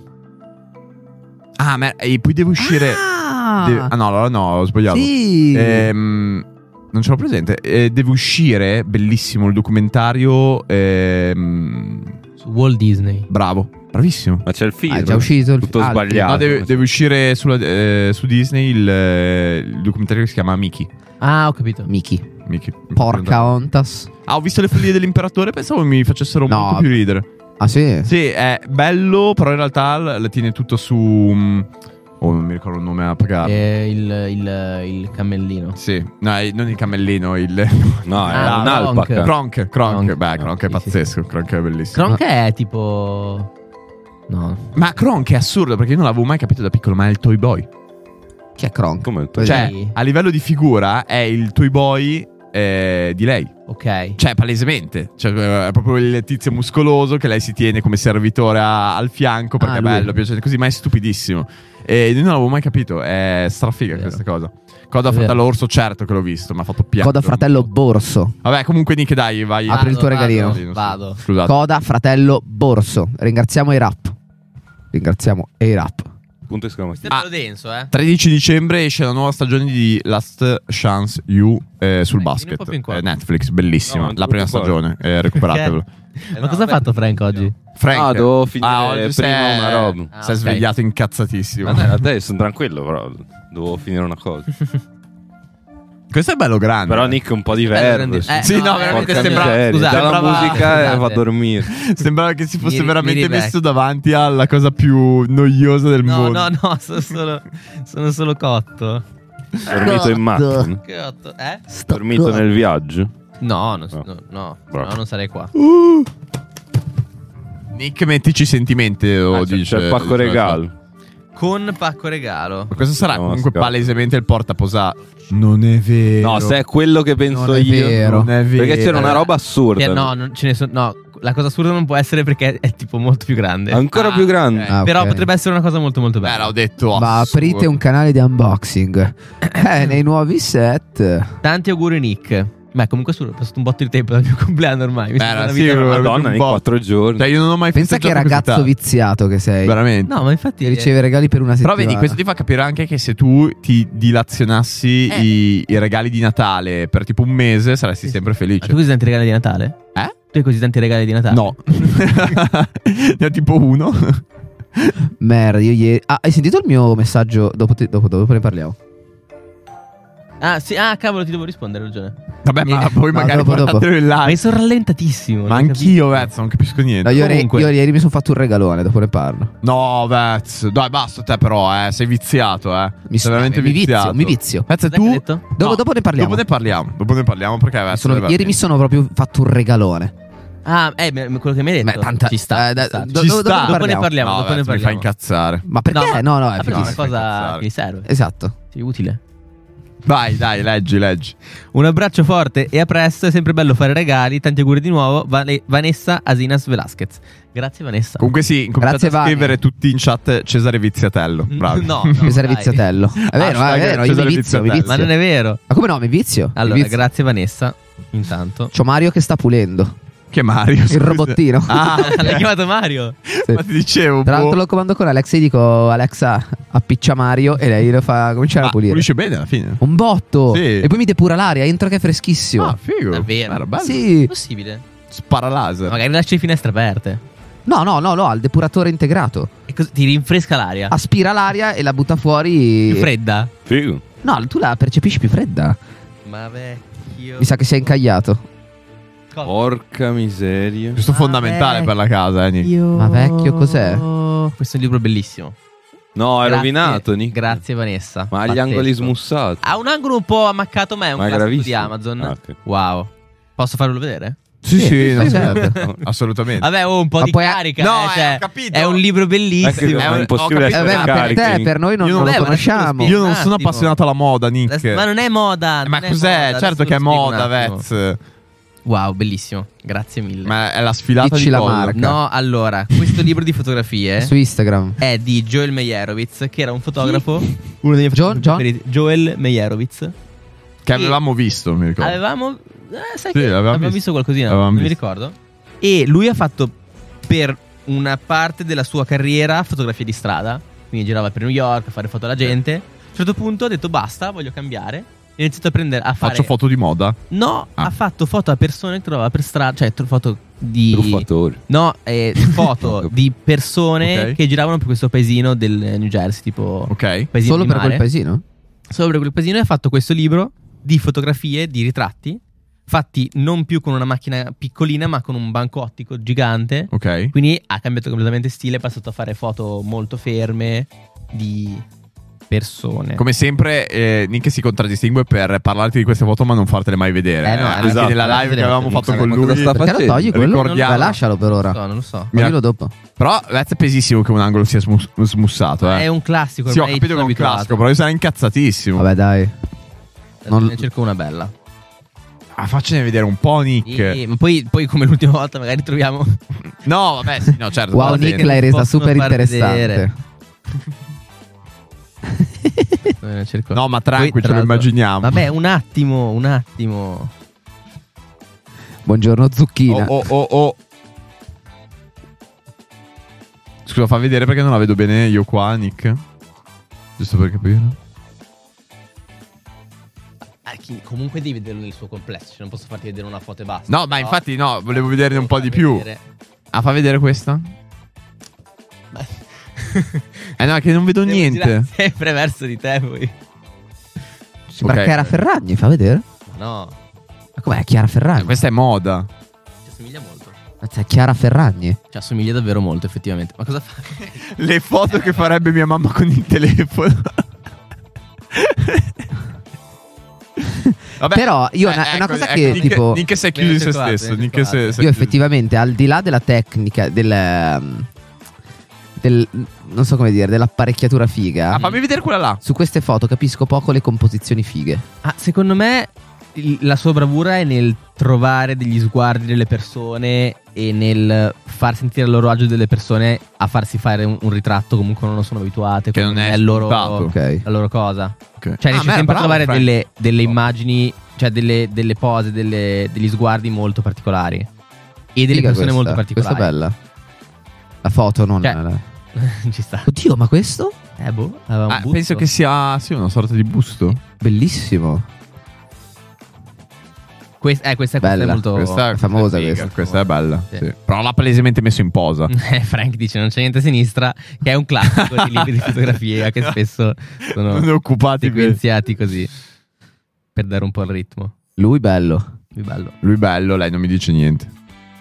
Ah, ma e poi deve uscire... Ah, deve- ah no, allora no, ho sbagliato. sì. Ehm, non ce l'ho presente. Eh, deve uscire, bellissimo, il documentario. ehm, Su Walt Disney. bravo, bravissimo. Ma c'è il film. Ah, è già uscito il Tutto ah, il sbagliato. No, deve, deve uscire sulla- eh, su Disney il, eh, il documentario che si chiama Mickey. Ah, ho capito. Mickey. Mickey. Porca ontas. Ah, ho visto le follie dell'imperatore. Pensavo mi facessero No. molto più ridere. Ah sì? Sì, è bello, però in realtà l- la tiene tutto su. mm, Oh, non mi ricordo il nome a pagare. Eh, il, il, il cammellino. Sì, no, è- non il cammellino, il. No, è Ah, un'alpaca. Kronk, Kronk. Kronk. Beh, Kronk è Sì, sì, pazzesco. Kronk è bellissimo. Kronk è tipo. No. Ma Kronk è assurdo perché io non l'avevo mai capito da piccolo, ma è il Toy Boy. Chi è Kronk? Come il Cos'è? Cioè, Sì. a livello di figura è il Toy Boy eh, di lei. Ok. Cioè, palesemente. Cioè, è proprio il tizio muscoloso che lei si tiene come servitore a- al fianco perché Ah, è lui. bello, piace così, ma è stupidissimo. E io non l'avevo mai capito. È strafiga È vero. questa cosa. Coda È Fratello vero. Orso, certo che l'ho visto, mi ha fatto piangere. Coda Fratello Borso. Vabbè, comunque, Nick, dai, vai. Apri il tuo regalino. Vado. vado. Scusate. Coda Fratello Borso. Ringraziamo i rap. Ringraziamo i rap. Punto esclamativo. Questo è Ah. bello denso, eh. tredici dicembre esce la nuova stagione di Last Chance You eh, sul Dai, basket. vieni un po' più in qua. Eh, Netflix, bellissima. No, non la prima tutto qua. stagione, eh, recuperatevelo. Ma cosa ha fatto Frank oggi? Frank. Ah, devo finire Ah, oggi si prima è- una roba. Ah, si è ok. svegliato incazzatissimo. Ma dai, a te sono tranquillo, però devo finire una cosa. Questo è bello grande. Però Nick è un po' di Bello verde. grande- eh, Sì, no, eh, veramente Porca sembra- miseria. scusate, Dà la sembrava- musica e scusate. va a dormire. Sembrava che si fosse Mi- veramente mi messo ribecco. davanti alla cosa più noiosa del No, mondo. no, no, sono solo, sono solo cotto. Dormito in macchina. Cotto, eh? Dormito nel viaggio. No, non, No. no, no, Bravo. no, non sarei qua. Nick, mettici sentimenti, lo Ah, c'è, dice. c'è il pacco dice- regalo. Con pacco regalo. Ma questo sarà No, comunque scherzo. palesemente il portaposà. Non è vero. No, se è quello che penso Non è io. vero. Non è vero. Perché c'era una roba assurda. Che no, non ce ne sono. No, la cosa assurda non può essere perché è tipo molto più grande. Ancora Ah, più grande. ok. Ah, ok. Però potrebbe essere una cosa molto molto Beh, bella. l'ho detto. Ma assurdo. aprite un canale di unboxing. Eh, nei nuovi set. Tanti auguri Nick. Beh, comunque è passato un botto di tempo dal mio compleanno ormai. Mi Beh, sembra una sì, vita normale. Madonna, nei quattro giorni. Cioè, io non ho mai Pensa che festeggiato ragazzo così tanto. viziato che sei. Veramente. No, ma infatti Che riceve regali per una Però settimana. vedi, questo ti fa capire anche che se tu ti dilazionassi Eh. i, i regali di Natale per tipo un mese, saresti Sì, sempre Ma felice. tu hai così tanti regali di Natale? Eh? Tu hai così tanti regali di Natale? No. Ne ho tipo uno. Merda, io ieri. Ah, hai sentito il mio messaggio? Dopo, ti- dopo, dopo ne parliamo. Ah, sì, ah, cavolo, ti devo rispondere, hai ragione. Vabbè, ma Eh, poi no, magari dopo, dopo. guardatelo in Ma io live. sono rallentatissimo. Ma non anch'io, capisco. Vez, non capisco niente. No, io, Comunque. io ieri mi sono fatto un regalone, dopo ne parlo. No, Vez. Dai, basta te però, eh. Sei viziato, eh. Mi sei veramente mi viziato. vizio, mi vizio. Vez, Cos'è che hai tu... detto? Dopo, No, dopo ne parliamo. Dopo ne parliamo. Dopo ne parliamo perché Vez Sono- deve- ieri mi sono proprio fatto un regalone. Ah, eh, me- quello che mi hai detto. Beh, tanta- Ci sta. eh, ci sta. do- Ci do- sta. dopo Dopo ne parliamo, No, dopo ne Vez, mi fa parliamo. incazzare. Ma perché? No, ma- No, no, è Ah, però è una fighissimo. cosa Incazzare. che gli serve. Esatto. Sì, utile. Vai, dai, leggi, leggi. Un abbraccio forte e a presto. È sempre bello fare regali. Tanti auguri di nuovo. Vale- Vanessa Asinas Velasquez. Grazie, Vanessa. Comunque sì, incominciate Grazie, a Vani. scrivere tutti in chat Cesare Viziatello. Bravi. No, no, Cesare dai. Viziatello. È vero, Hashtag è vero, io mi Cesare vizio, mi Viziatello. vizio. Ma non è vero. Ma come no, mi vizio? Allora, mi vizio. grazie Vanessa. Intanto. C'ho Mario che sta pulendo. Che Mario? Il scusa. robottino. Ah, L'hai chiamato Mario? Sì. ma ti dicevo. Tra boh. l'altro lo comando con Alexa e dico Alexa appiccia Mario e lei lo fa cominciare Ma a pulire. pulisce bene alla fine. Un botto. Sì. E poi mi depura l'aria, entro che è freschissimo. Ah, figo. Davvero? Era bello. Sì. È possibile? Spara laser. Magari lasci le finestre aperte. No, no, no, no, ha il depuratore integrato. E così ti rinfresca l'aria. Aspira l'aria e la butta fuori. Più fredda. Figo. No, tu la percepisci più fredda. Ma vecchio. Mi sa che sei incagliato. Cosa? Porca miseria. Questo è Ah, fondamentale beh. per la casa, eh, Nick. Io- Ma vecchio, cos'è? Questo è un libro bellissimo. No, è Grazie- rovinato, Nick. Grazie Vanessa. Ma ha gli Pazzesco. angoli smussati. Ha un angolo un po' ammaccato, ma è un Ma è classico di gravissimo. Amazon. Ah, ok. Wow. Posso farvelo vedere? Sì, Sì, sì, no, sì, certo. Assolutamente. Vabbè, oh, un po' Ma di poi- carica. No, eh, eh, cioè, ho capito. è un libro bellissimo. È che è è un- impossibile ho capito. Eh, essere beh, ma per carichi. te, per noi non, Io non non- lo Vabbè, ma conosciamo. adesso Io non un sono attimo. appassionato alla moda, Nick. Ma non è moda. Eh, Ma non è cos'è? moda, Certo adesso che è lo spiego un moda, attimo. Vez. Wow, bellissimo. Grazie mille. Ma è la sfilata Dici di la cosa? marca. No, allora, questo libro di fotografie Su Instagram. è di Joel Meyerowitz, che era un fotografo, uno dei miei John- fotografi John? preferiti. Joel Meyerowitz. Che avevamo visto, mi ricordo. Avevamo eh, sai Sì, che l'avevamo avevamo visto. visto qualcosina, L'avevamo non mi visto. ricordo. E lui ha fatto per una parte della sua carriera fotografie di strada, quindi girava per New York a fare foto alla gente. A un certo punto ha detto basta, voglio cambiare. E ha iniziato a prendere a fare Faccio foto di moda. No, Ah. ha fatto foto a persone che trovava per strada, cioè tro- foto di Truffatori. No, eh, foto di persone Ok. che giravano per questo paesino del New Jersey, tipo Ok. paesino Solo di per mare. quel paesino? Solo per quel paesino, e ha fatto questo libro di fotografie, di ritratti, fatti non più con una macchina piccolina, ma con un banco ottico gigante. Ok. Quindi ha cambiato completamente stile, è passato a fare foto molto ferme di persone. Come sempre, eh, Nick si contraddistingue per parlarti di queste foto, ma non fartele mai vedere. Eh, no, Anche esatto. nella live Esatto. che avevamo fatto Ma con cosa lui. sta Perché lo facendo? togli quello? Ricordiamo. Beh, lascialo per ora. Non lo so, non lo so. Mi- Toglilo dopo. Però Vez è pesissimo che un angolo sia smus- smussato. Eh. È un classico. Sì, ho ormai capito che è sono un abituato. classico, però io sarei incazzatissimo. Vabbè, dai. Adesso non- ne cerco una bella. Ah, faccene vedere un po', Nick. E- ma poi, poi, come l'ultima volta, magari troviamo. No, vabbè, sì, no, certo. Wow, va Nick bene. l'hai resa Possono super far interessante. vedere. Ne cerco. No, ma Poi, tranqui, ce tra lo l'altro- immaginiamo. Vabbè, un attimo, un attimo. Buongiorno, zucchina. Oh, oh, oh, oh. Scusa, fa vedere perché non la vedo bene io qua, Nick. Giusto per capire. Ah, chi- comunque devi vederlo nel suo complesso. Cioè non posso farti vedere una foto e basta. No, ma infatti no, volevo vederne un po' di Fa più. vedere. Ah, fa vedere questa? Ma- Eh no, è che non vedo Devo niente. girare sempre verso di te, poi. Sembra ok. Chiara Ferragni, fa vedere. Ma no, Ma com'è Chiara Eh, Ferragni? questa è moda. ci assomiglia molto. Mazza, è Chiara Ferragni. Ci assomiglia davvero molto, effettivamente. Ma cosa fa? Le foto che farebbe mia mamma con il telefono. Vabbè, Però io una- eh, una ecco, cosa ecco, che, Nick, tipo- Nick si è chiuso in se Viene circolato, stesso. viene Nick si- circolato. si è Io chiuso. effettivamente, al di là della tecnica, del, ehm, del non so come dire, dell'apparecchiatura figa, Ah, fammi vedere quella là. su queste foto capisco poco le composizioni fighe. Ah, secondo me il- la sua bravura è nel trovare degli sguardi delle persone e nel far sentire a loro agio delle persone a farsi fare un, un ritratto comunque non lo sono abituate, Che non è il loro, scontato. Ok. la loro cosa. Ok. Cioè Ah, riesce beh, sempre bravo, a trovare Frank. delle, delle immagini, cioè cioè delle, delle pose, delle- degli sguardi molto particolari. E delle Figa persone questa, molto particolari. Questa è bella. La foto non Cioè, la- Ci sta. Oddio, ma questo? Eh boh, aveva un Ah, busto. penso che sia sì, una sorta di busto. Bellissimo. Quest- eh, questa, questa è Bella. molto Questa è famosa figa, questa. Questa è bella. Sì. Sì. Però l'ha palesemente messo in posa. Eh, Frank dice non c'è niente a sinistra, che è un classico di libri di fotografia che spesso sono Non ne occupati sequenziati così per dare un po' il ritmo. Lui bello. Che bello. Lui bello, lei non mi dice niente.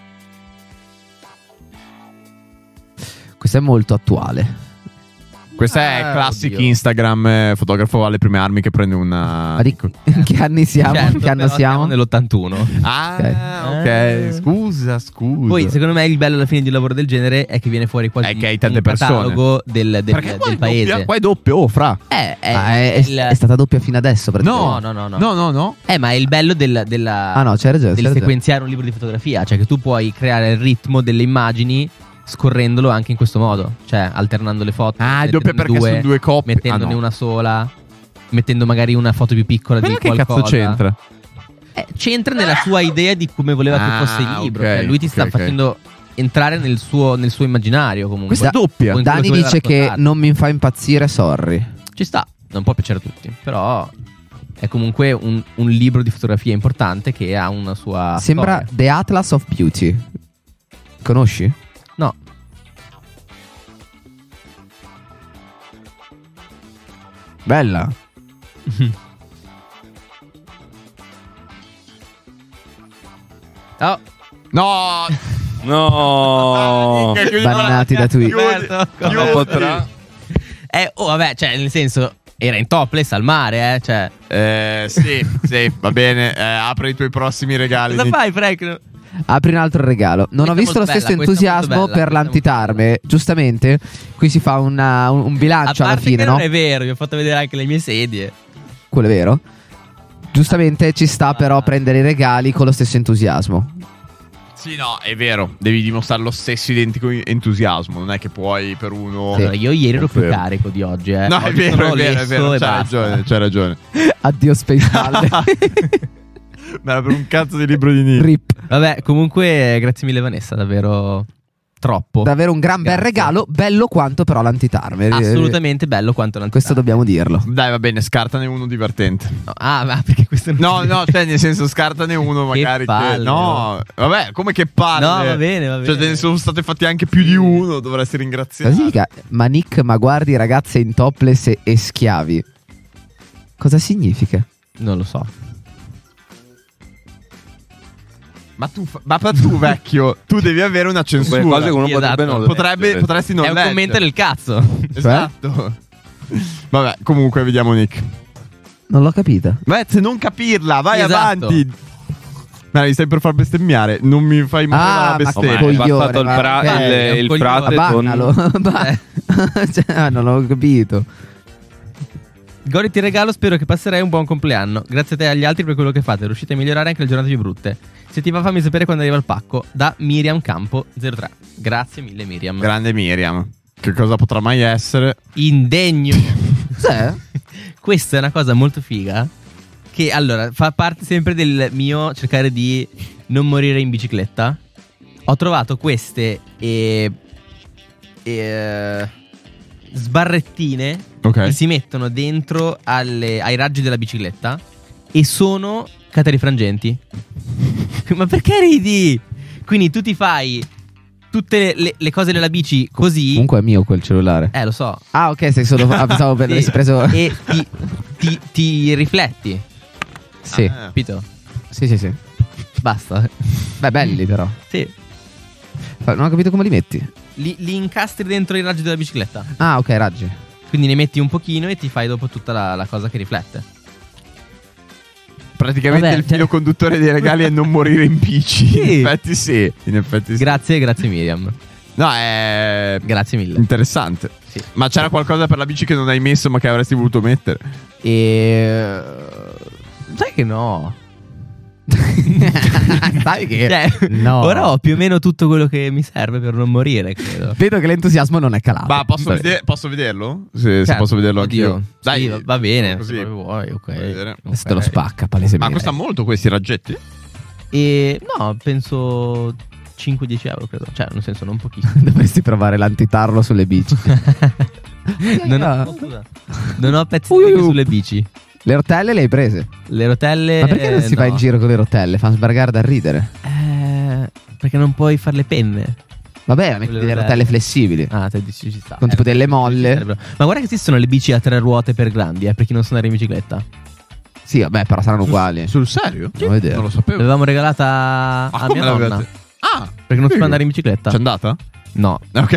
Questo è molto attuale. Questa è Ah, classic oddio. Instagram, eh, fotografo alle prime armi che prende una... Ma di in che anni siamo? Certo, In che anno però siamo? nell'ottantuno. Ah, Ok. ok. Eh. Scusa, scusa. Poi, secondo me, il bello alla fine di un lavoro del genere è che viene fuori quasi È che hai un tante persone. catalogo del, del, Perché qua del è paese. doppia- qua è doppio, oh, fra. Eh, è, Ah, è, il- è stata doppia fino adesso praticamente. No, no, no, no. No, no, no. Eh, ma è il bello del, della, Ah no, c'hai ragione, del c'hai ragione. sequenziare un libro di fotografia. Cioè che tu puoi creare il ritmo delle immagini scorrendolo anche in questo modo. Cioè alternando le foto. Ah, è doppia mettendone perché sono due coppie. Mettendone Ah, no. una sola. Mettendo magari una foto più piccola Però di che qualcosa. cazzo c'entra? Eh, c'entra nella sua idea di come voleva Ah, che fosse il libro. ok, Cioè, lui ti sta ok, ok. facendo entrare nel suo, nel suo immaginario comunque. Questa è doppia. O in quello Dani che voleva dice che raccontare. non mi fa impazzire, sorry. Ci sta, non può piacere a tutti, però è comunque un, un libro di fotografia importante che ha una sua Sembra storia. The Atlas of Beauty. Conosci? No. Bella. Oh, No! No. Bannati da Twitch. Roberto, Chiudi. Non potrà. eh, oh, vabbè, cioè, nel senso, era in topless al mare, eh, cioè. Eh, sì, sì, va bene. Eh, apri i tuoi prossimi regali. Cosa Nick. fai, Frank? Apri un altro regalo. Non Questa ho visto è lo molto stesso bella, questa è molto entusiasmo bella, per questa è molto l'antitarme. Giustamente, qui si fa una- un, un A bilancio alla parte fine, che no? non è vero, vi ho fatto vedere anche le mie sedie. Quello è vero. Giustamente ci sta Ah. però a prendere i regali con lo stesso entusiasmo. Sì, no, è vero. Devi dimostrare lo stesso identico entusiasmo. Non è che puoi per uno. Allora, io ieri ero più Confermo. carico di oggi, eh. No, è Oggi vero, sono è vero, è lesso vero. e C'hai basta. ragione, c'hai ragione. Addio Space Valle. Ma era per un cazzo di libro di Nick. Rip. Vabbè, comunque, grazie mille, Vanessa, davvero troppo. Davvero un gran bel Grazie. regalo, bello quanto però l'antitarme. Assolutamente bello quanto l'antitarme. Questo dobbiamo dirlo. Dai, va bene, scartane uno divertente. No, ah, ma perché questo non No, si no, cioè, nel senso, scartane uno Che magari. palle, no, vabbè, come che palle. No, va bene, va Cioè, bene. te ne sono state fatti anche più di uno. Dovresti ringraziare. Cosa significa? Ma Nick, ma guardi ragazze in topless e, e schiavi. Cosa significa? Non lo so. Ma tu, fa- ma tu vecchio, tu devi avere una censura. Quelle cose che uno Sì, potrebbe esatto. non Potrebbe, leggere. potresti non È un leggere. commento del cazzo. Esatto. Vabbè, comunque vediamo Nick. Non l'ho capita. Beh, se non capirla, vai Esatto. avanti. Ma mi stai per far bestemmiare. Non mi fai mai Ah, la ma bestemmia. Oh, ma hai coglione, passato il, ma- pra- eh, il- è un il coglione. frate Ma con... bannalo. Ba- cioè, ah, non l'ho capito. Goditi il regalo, spero che passerai un buon compleanno. Grazie a te e agli altri per quello che fate. Riuscite a migliorare anche le giornate più brutte. Se ti va, fammi sapere quando arriva il pacco. Da Miriam Campo zero tre. Grazie mille, Miriam. Grande Miriam. Che cosa potrà mai essere? Indegno. Cos'è? Questa è una cosa molto figa. Che allora fa parte sempre del mio cercare di non morire in bicicletta. Ho trovato queste eh, eh, sbarrettine Ok. che si mettono dentro alle- ai raggi della bicicletta e sono catarifrangenti. Ma perché ridi? Quindi tu ti fai tutte le, le cose della bici così. Comunque è mio quel cellulare. Eh, lo so. Ah, ok, sei solo. Ah, pensavo per Sì. avessi preso. E ti, ti- ti rifletti. Sì. Ah. Capito? Sì, sì, sì. Basta. Beh, belli però. Sì. Fa- Non ho capito come li metti. Li, li incastri dentro i raggi della bicicletta. Ah, ok, raggi. Quindi ne metti un pochino e ti fai dopo tutta la, la cosa che riflette. Praticamente Vabbè, il cioè- filo conduttore dei regali è non morire in bici. Sì. In effetti sì. In effetti sì. Grazie, grazie Miriam. No, è Grazie mille. interessante. Sì. Ma c'era qualcosa per la bici che non hai messo ma che avresti voluto mettere? E... Sai che no. Sai che Cioè, no. ora ho più o meno tutto quello che mi serve per non morire, credo. Vedo che l'entusiasmo non è calato. Ma posso, Vabbè. vede- posso vederlo? Se, se Certo. posso vederlo Oddio. anch'io. Dai, Sì, va- va bene, così. se proprio vuoi, ok. Vuoi vedere? Questo te lo Ok. spacca palesemente. Ma costa molto questi raggetti? E no, penso cinque dieci euro, credo. Cioè, nel senso, non pochissimo. Dovresti provare l'antitarlo sulle bici. non, ho, scusa. Non ho pezzi Ui, di ui, ui. sulle bici. Le rotelle le hai prese? Le rotelle. Ma perché non si no. va in giro con le rotelle? Fa sbargare da ridere. Eh, perché non puoi fare le penne. Vabbè, metti Le delle rotelle. rotelle flessibili. Ah, te dici ci sta. Con tipo delle molle. Ma guarda che esistono le bici a tre ruote per grandi, eh, per chi non sa andare in bicicletta. Sì, vabbè, però saranno uguali. Sul serio? Sì. Non vedere. Non lo sapevo. L'avevamo regalata a Ma mia come nonna. l'avete? Ah, Perché non si figo. può andare in bicicletta. C'è andata? No.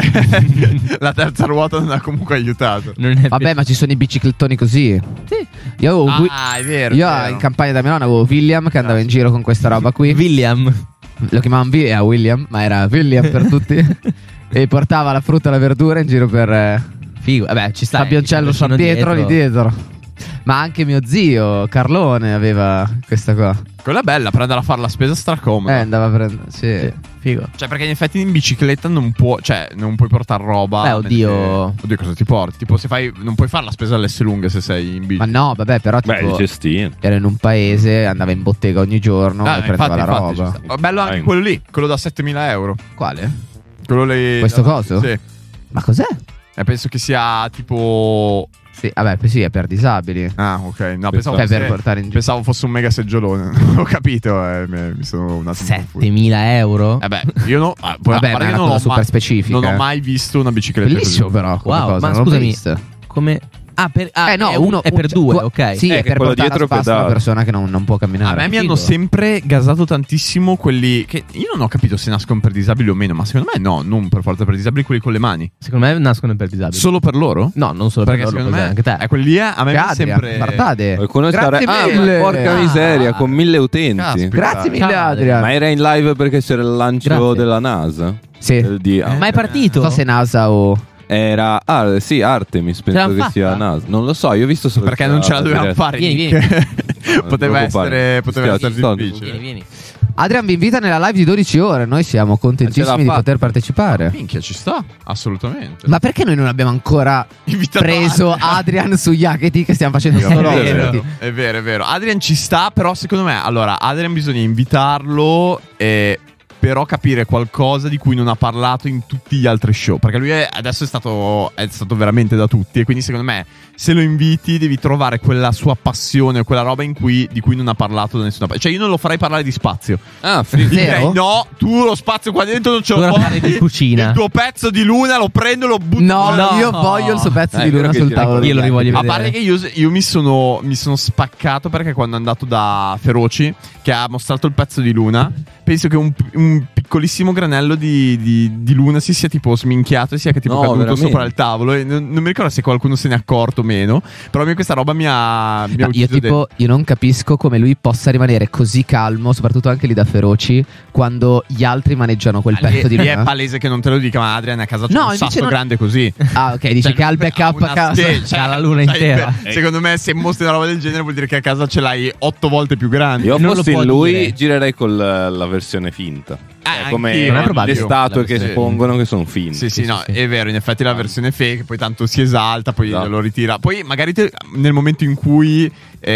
Ok. La terza ruota non ha comunque aiutato. Non è Vabbè, ma ci sono i biciclettoni così. Sì. Io avevo Wi- Ah, è vero. Io è vero. in campagna da mia nonna avevo William che andava in giro con questa roba qui. William. Lo chiamavano Vi- era William, ma era William per tutti. E portava la frutta e la verdura in giro per eh, Figo. Vabbè, ci sta. Fabioncello San Pietro lì dietro. Ma anche mio zio Carlone aveva questa qua. Quella è bella, per andare a fare la spesa Eh, stracomoda. andava a prendere. Sì. Sì. Figo. Cioè, perché in effetti in bicicletta non può, cioè, non puoi portare roba. Beh, oddio. mentre- Oddio, cosa ti porti? Tipo, se fai. Non puoi fare la spesa all'S lunga se sei in bici. Ma no, vabbè, però Beh, il tipo cestino. era in un paese, andava in bottega ogni giorno Ah, e prendeva infatti, la infatti, roba. ci sta. Bello anche Dai. quello lì, quello da settemila euro. Quale? Quello lì. Questo coso? Sì. Ma cos'è? E penso che sia tipo. Sì, vabbè, sì, è per disabili. Ah, ok. No, pensavo Cioè, fosse, per portare in giro. pensavo fosse un mega seggiolone. Non ho capito, eh, mi mi sono un attimo confuso. settemila euro? Eh beh, io no. ah, poi, a Vabbè, parte ma è che una non cosa ho super mai- specifica. Non ho mai visto una bicicletta Bellissimo così. però come Wow, cosa, ma non l'ho scusami. vista. Come. Ah, per, ah, eh no, è, uno è per cioè, due, tu- ok. Sì, Eh, è che per quello portare a dietro spasso una pedala. persona che non, non può A camminare. me mi Figo. hanno sempre gasato tantissimo quelli che io non ho capito se nascono per disabili o meno, ma secondo me no, non per forza per disabili, quelli con le mani. Secondo me nascono per disabili. Solo per loro? No, non solo Perché per loro, secondo me anche te. eh, quelli lì a me mi Adria, sempre guardate. Qualcuno Grazie stare... Ah, mille. ma porca Ah. miseria, con mille utenti. Caspita. Grazie mille Ciao, Adrian. Ma era in live perché c'era il lancio Grazie. della NASA? Sì. Eh, Di... Ma è partito? Non so se NASA o Era ah, sì, Artemis, penso l'hanno che fatta? sia NASA. Non lo so, io ho visto solo perché il- non ce la dovevamo diretta. fare. Vieni, Nick. Non poteva ti preoccupare. essere, poteva Stia, essere ci sto. difficile. Vieni, vieni. Adrian vi invita nella live di dodici ore. Noi siamo Ce l'ha contentissimi di fatta. poter partecipare. Minchia, ci sta, assolutamente. Ma perché noi non abbiamo ancora Invitato preso Adrian. Adrian su Yakety che stiamo facendo È solo vero. oggi? È vero, è vero. Adrian ci sta, però secondo me, allora, Adrian bisogna invitarlo e però capire qualcosa di cui non ha parlato in tutti gli altri show, perché lui è, adesso è stato, è stato veramente da tutti e quindi secondo me se lo inviti devi trovare quella sua passione, quella roba in cui, di cui non ha parlato da nessuna parte. Cioè io non lo farei parlare di spazio. Ah, Gli figo. Zero? direi no, tu lo spazio qua dentro non ce lo Ora puoi. parli di cucina. Il tuo pezzo di luna lo prendo e lo butto No, fuori. no, io No. voglio il suo pezzo Eh, di è vero luna che sul ti- tavolo. io di lo rivoglio Yakety. A vedere. parte che io, io mi, sono, mi sono spaccato perché quando è andato da Feroci, che ha mostrato il pezzo di Luna, penso che un, un piccolissimo granello di, di- di Luna si sia tipo sminchiato e sia che tipo No, caduto veramente? sopra il tavolo. E non, non mi ricordo se qualcuno se ne è accorto o meno. Però a me questa roba mi ha, mi ha No, io ucciso tipo io non capisco come lui possa rimanere così calmo, soprattutto anche lì da Feroci, quando gli altri maneggiano quel dentro. pezzo di Lì, lì è luna. palese che non te lo dica, ma Adrian a casa c'è No, un invece sasso non- grande così. Ah, ok, dici Cioè, che ha il backup una- a casa. sì, C'ha la luna cioè, intera. Secondo me, se mostri una roba del genere, vuol dire che a casa ce l'hai otto volte più grande. Io Non lo fossi può in lui dire. girerei con la, la versione finta. Ah, È come anch'io, Non è probabile. le statue che Sì. espongono che sono finte. Sì, sì, no, sì, sì. è vero, in effetti la versione fake, poi tanto si esalta, poi Esatto. lo ritira. Poi magari te- nel momento in cui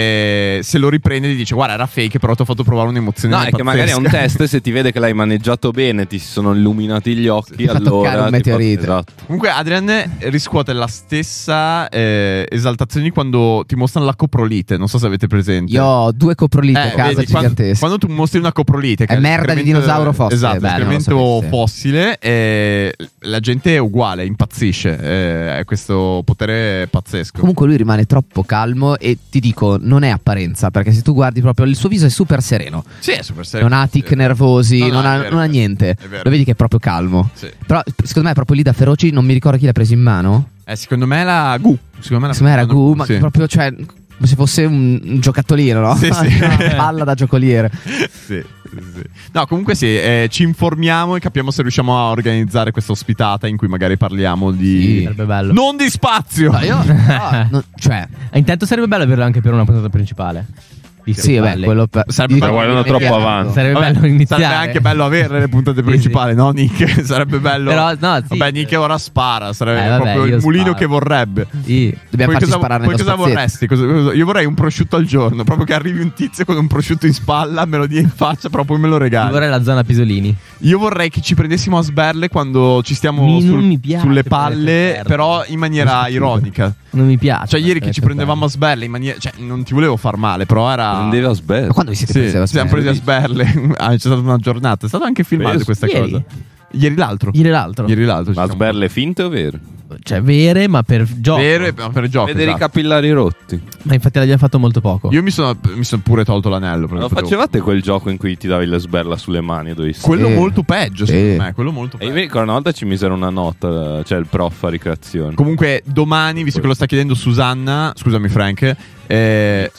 eh, se lo riprende ti dice guarda era fake, però ti ho fatto provare un'emozione No, è che magari è un pazzesca." test, se ti vede che l'hai maneggiato bene, ti si sono illuminati gli occhi, Ti fa allora toccare un ti meteorite. fa- esatto. Comunque Adrian riscuote la stessa eh, esaltazione di quando ti mostrano la coprolite, non so se avete presente. Io ho due coprolite Eh, a casa vedi, quando, gigantesche. quando tu mostri una coprolite che È è merda di l'escremento- dinosauro fossile. esatto, Beh, non lo escremento sapessi. fossile, eh, la gente è uguale, impazzisce, eh, è questo potere pazzesco. Comunque lui rimane troppo calmo e ti dico, non è apparenza, perché se tu guardi proprio il suo viso è super sereno. Sì, è super serio. Non ha tic nervosi, No, no, non, è ha, vero, non ha è vero. niente. È vero. Lo vedi che è proprio calmo. Sì. Però secondo me proprio lì da Feroci non mi ricordo chi l'ha preso in mano. Eh, secondo me è la Gu. Secondo me, la- Secondo me era Gu, ma sì. proprio cioè come se fosse un, un giocattolino, no? Sì, sì. Una palla da giocoliere. Sì, sì, sì. No, comunque sì, eh, ci informiamo e capiamo se riusciamo a organizzare questa ospitata in cui magari parliamo di... Sì. Sarebbe bello. Non di spazio! No, io no, non- cioè Intanto sarebbe bello averlo anche per una puntata principale. di Sì, spalle. beh, quello per, Sarebbe di- bello, guardano troppo immediato. avanti. Sarebbe Vabbè, bello iniziare. Sarebbe anche bello averle le puntate Sì, principali, no Nick? Sarebbe bello. Però, no, sì. Vabbè, Nick ora spara, sarebbe Eh, vabbè, proprio io il mulino sparo. che vorrebbe. Sì. Dobbiamo Poi farci cosa, sparare poi nello cosa spazietto. vorresti? Cosa- cosa- io vorrei un prosciutto al giorno, proprio che arrivi un tizio con un prosciutto in spalla, me lo dia in faccia, però poi me lo Io regali. vorrei la zona Pisolini. Io vorrei che ci prendessimo a sberle quando ci stiamo Mi- sul- non mi piace sulle prendere palle, sberle. però in maniera ironica. Non mi piace. Cioè, ieri che ci mettere prendevamo a sberle in maniera. Cioè, non ti volevo far male, però era. Prendeva a sberle. Ma quando vi siete Sì, presi la ci siamo presi a sberle. Ah, c'è stata una giornata. È stato anche filmato Ieri- questa ieri? cosa. Ieri l'altro. Ieri l'altro. Ieri l'altro. ci Ma siamo- sberle finte o vere? Cioè, vere, ma per gioco. Vero e per gioco. Vedere i esatto. capillari rotti. Ma infatti l'abbiamo fatto molto poco. Io mi sono, mi sono pure tolto l'anello. perché Non potevo- facevate quel gioco in cui ti davi la sberla sulle mani e dovevi Quello Sì. molto peggio, Sì. secondo me. Quello molto E io peggio. mi ricordo una volta ci misero una nota, cioè il prof a ricreazione. Comunque, domani, visto che lo sta chiedendo Susanna, scusami, Frank. Eh,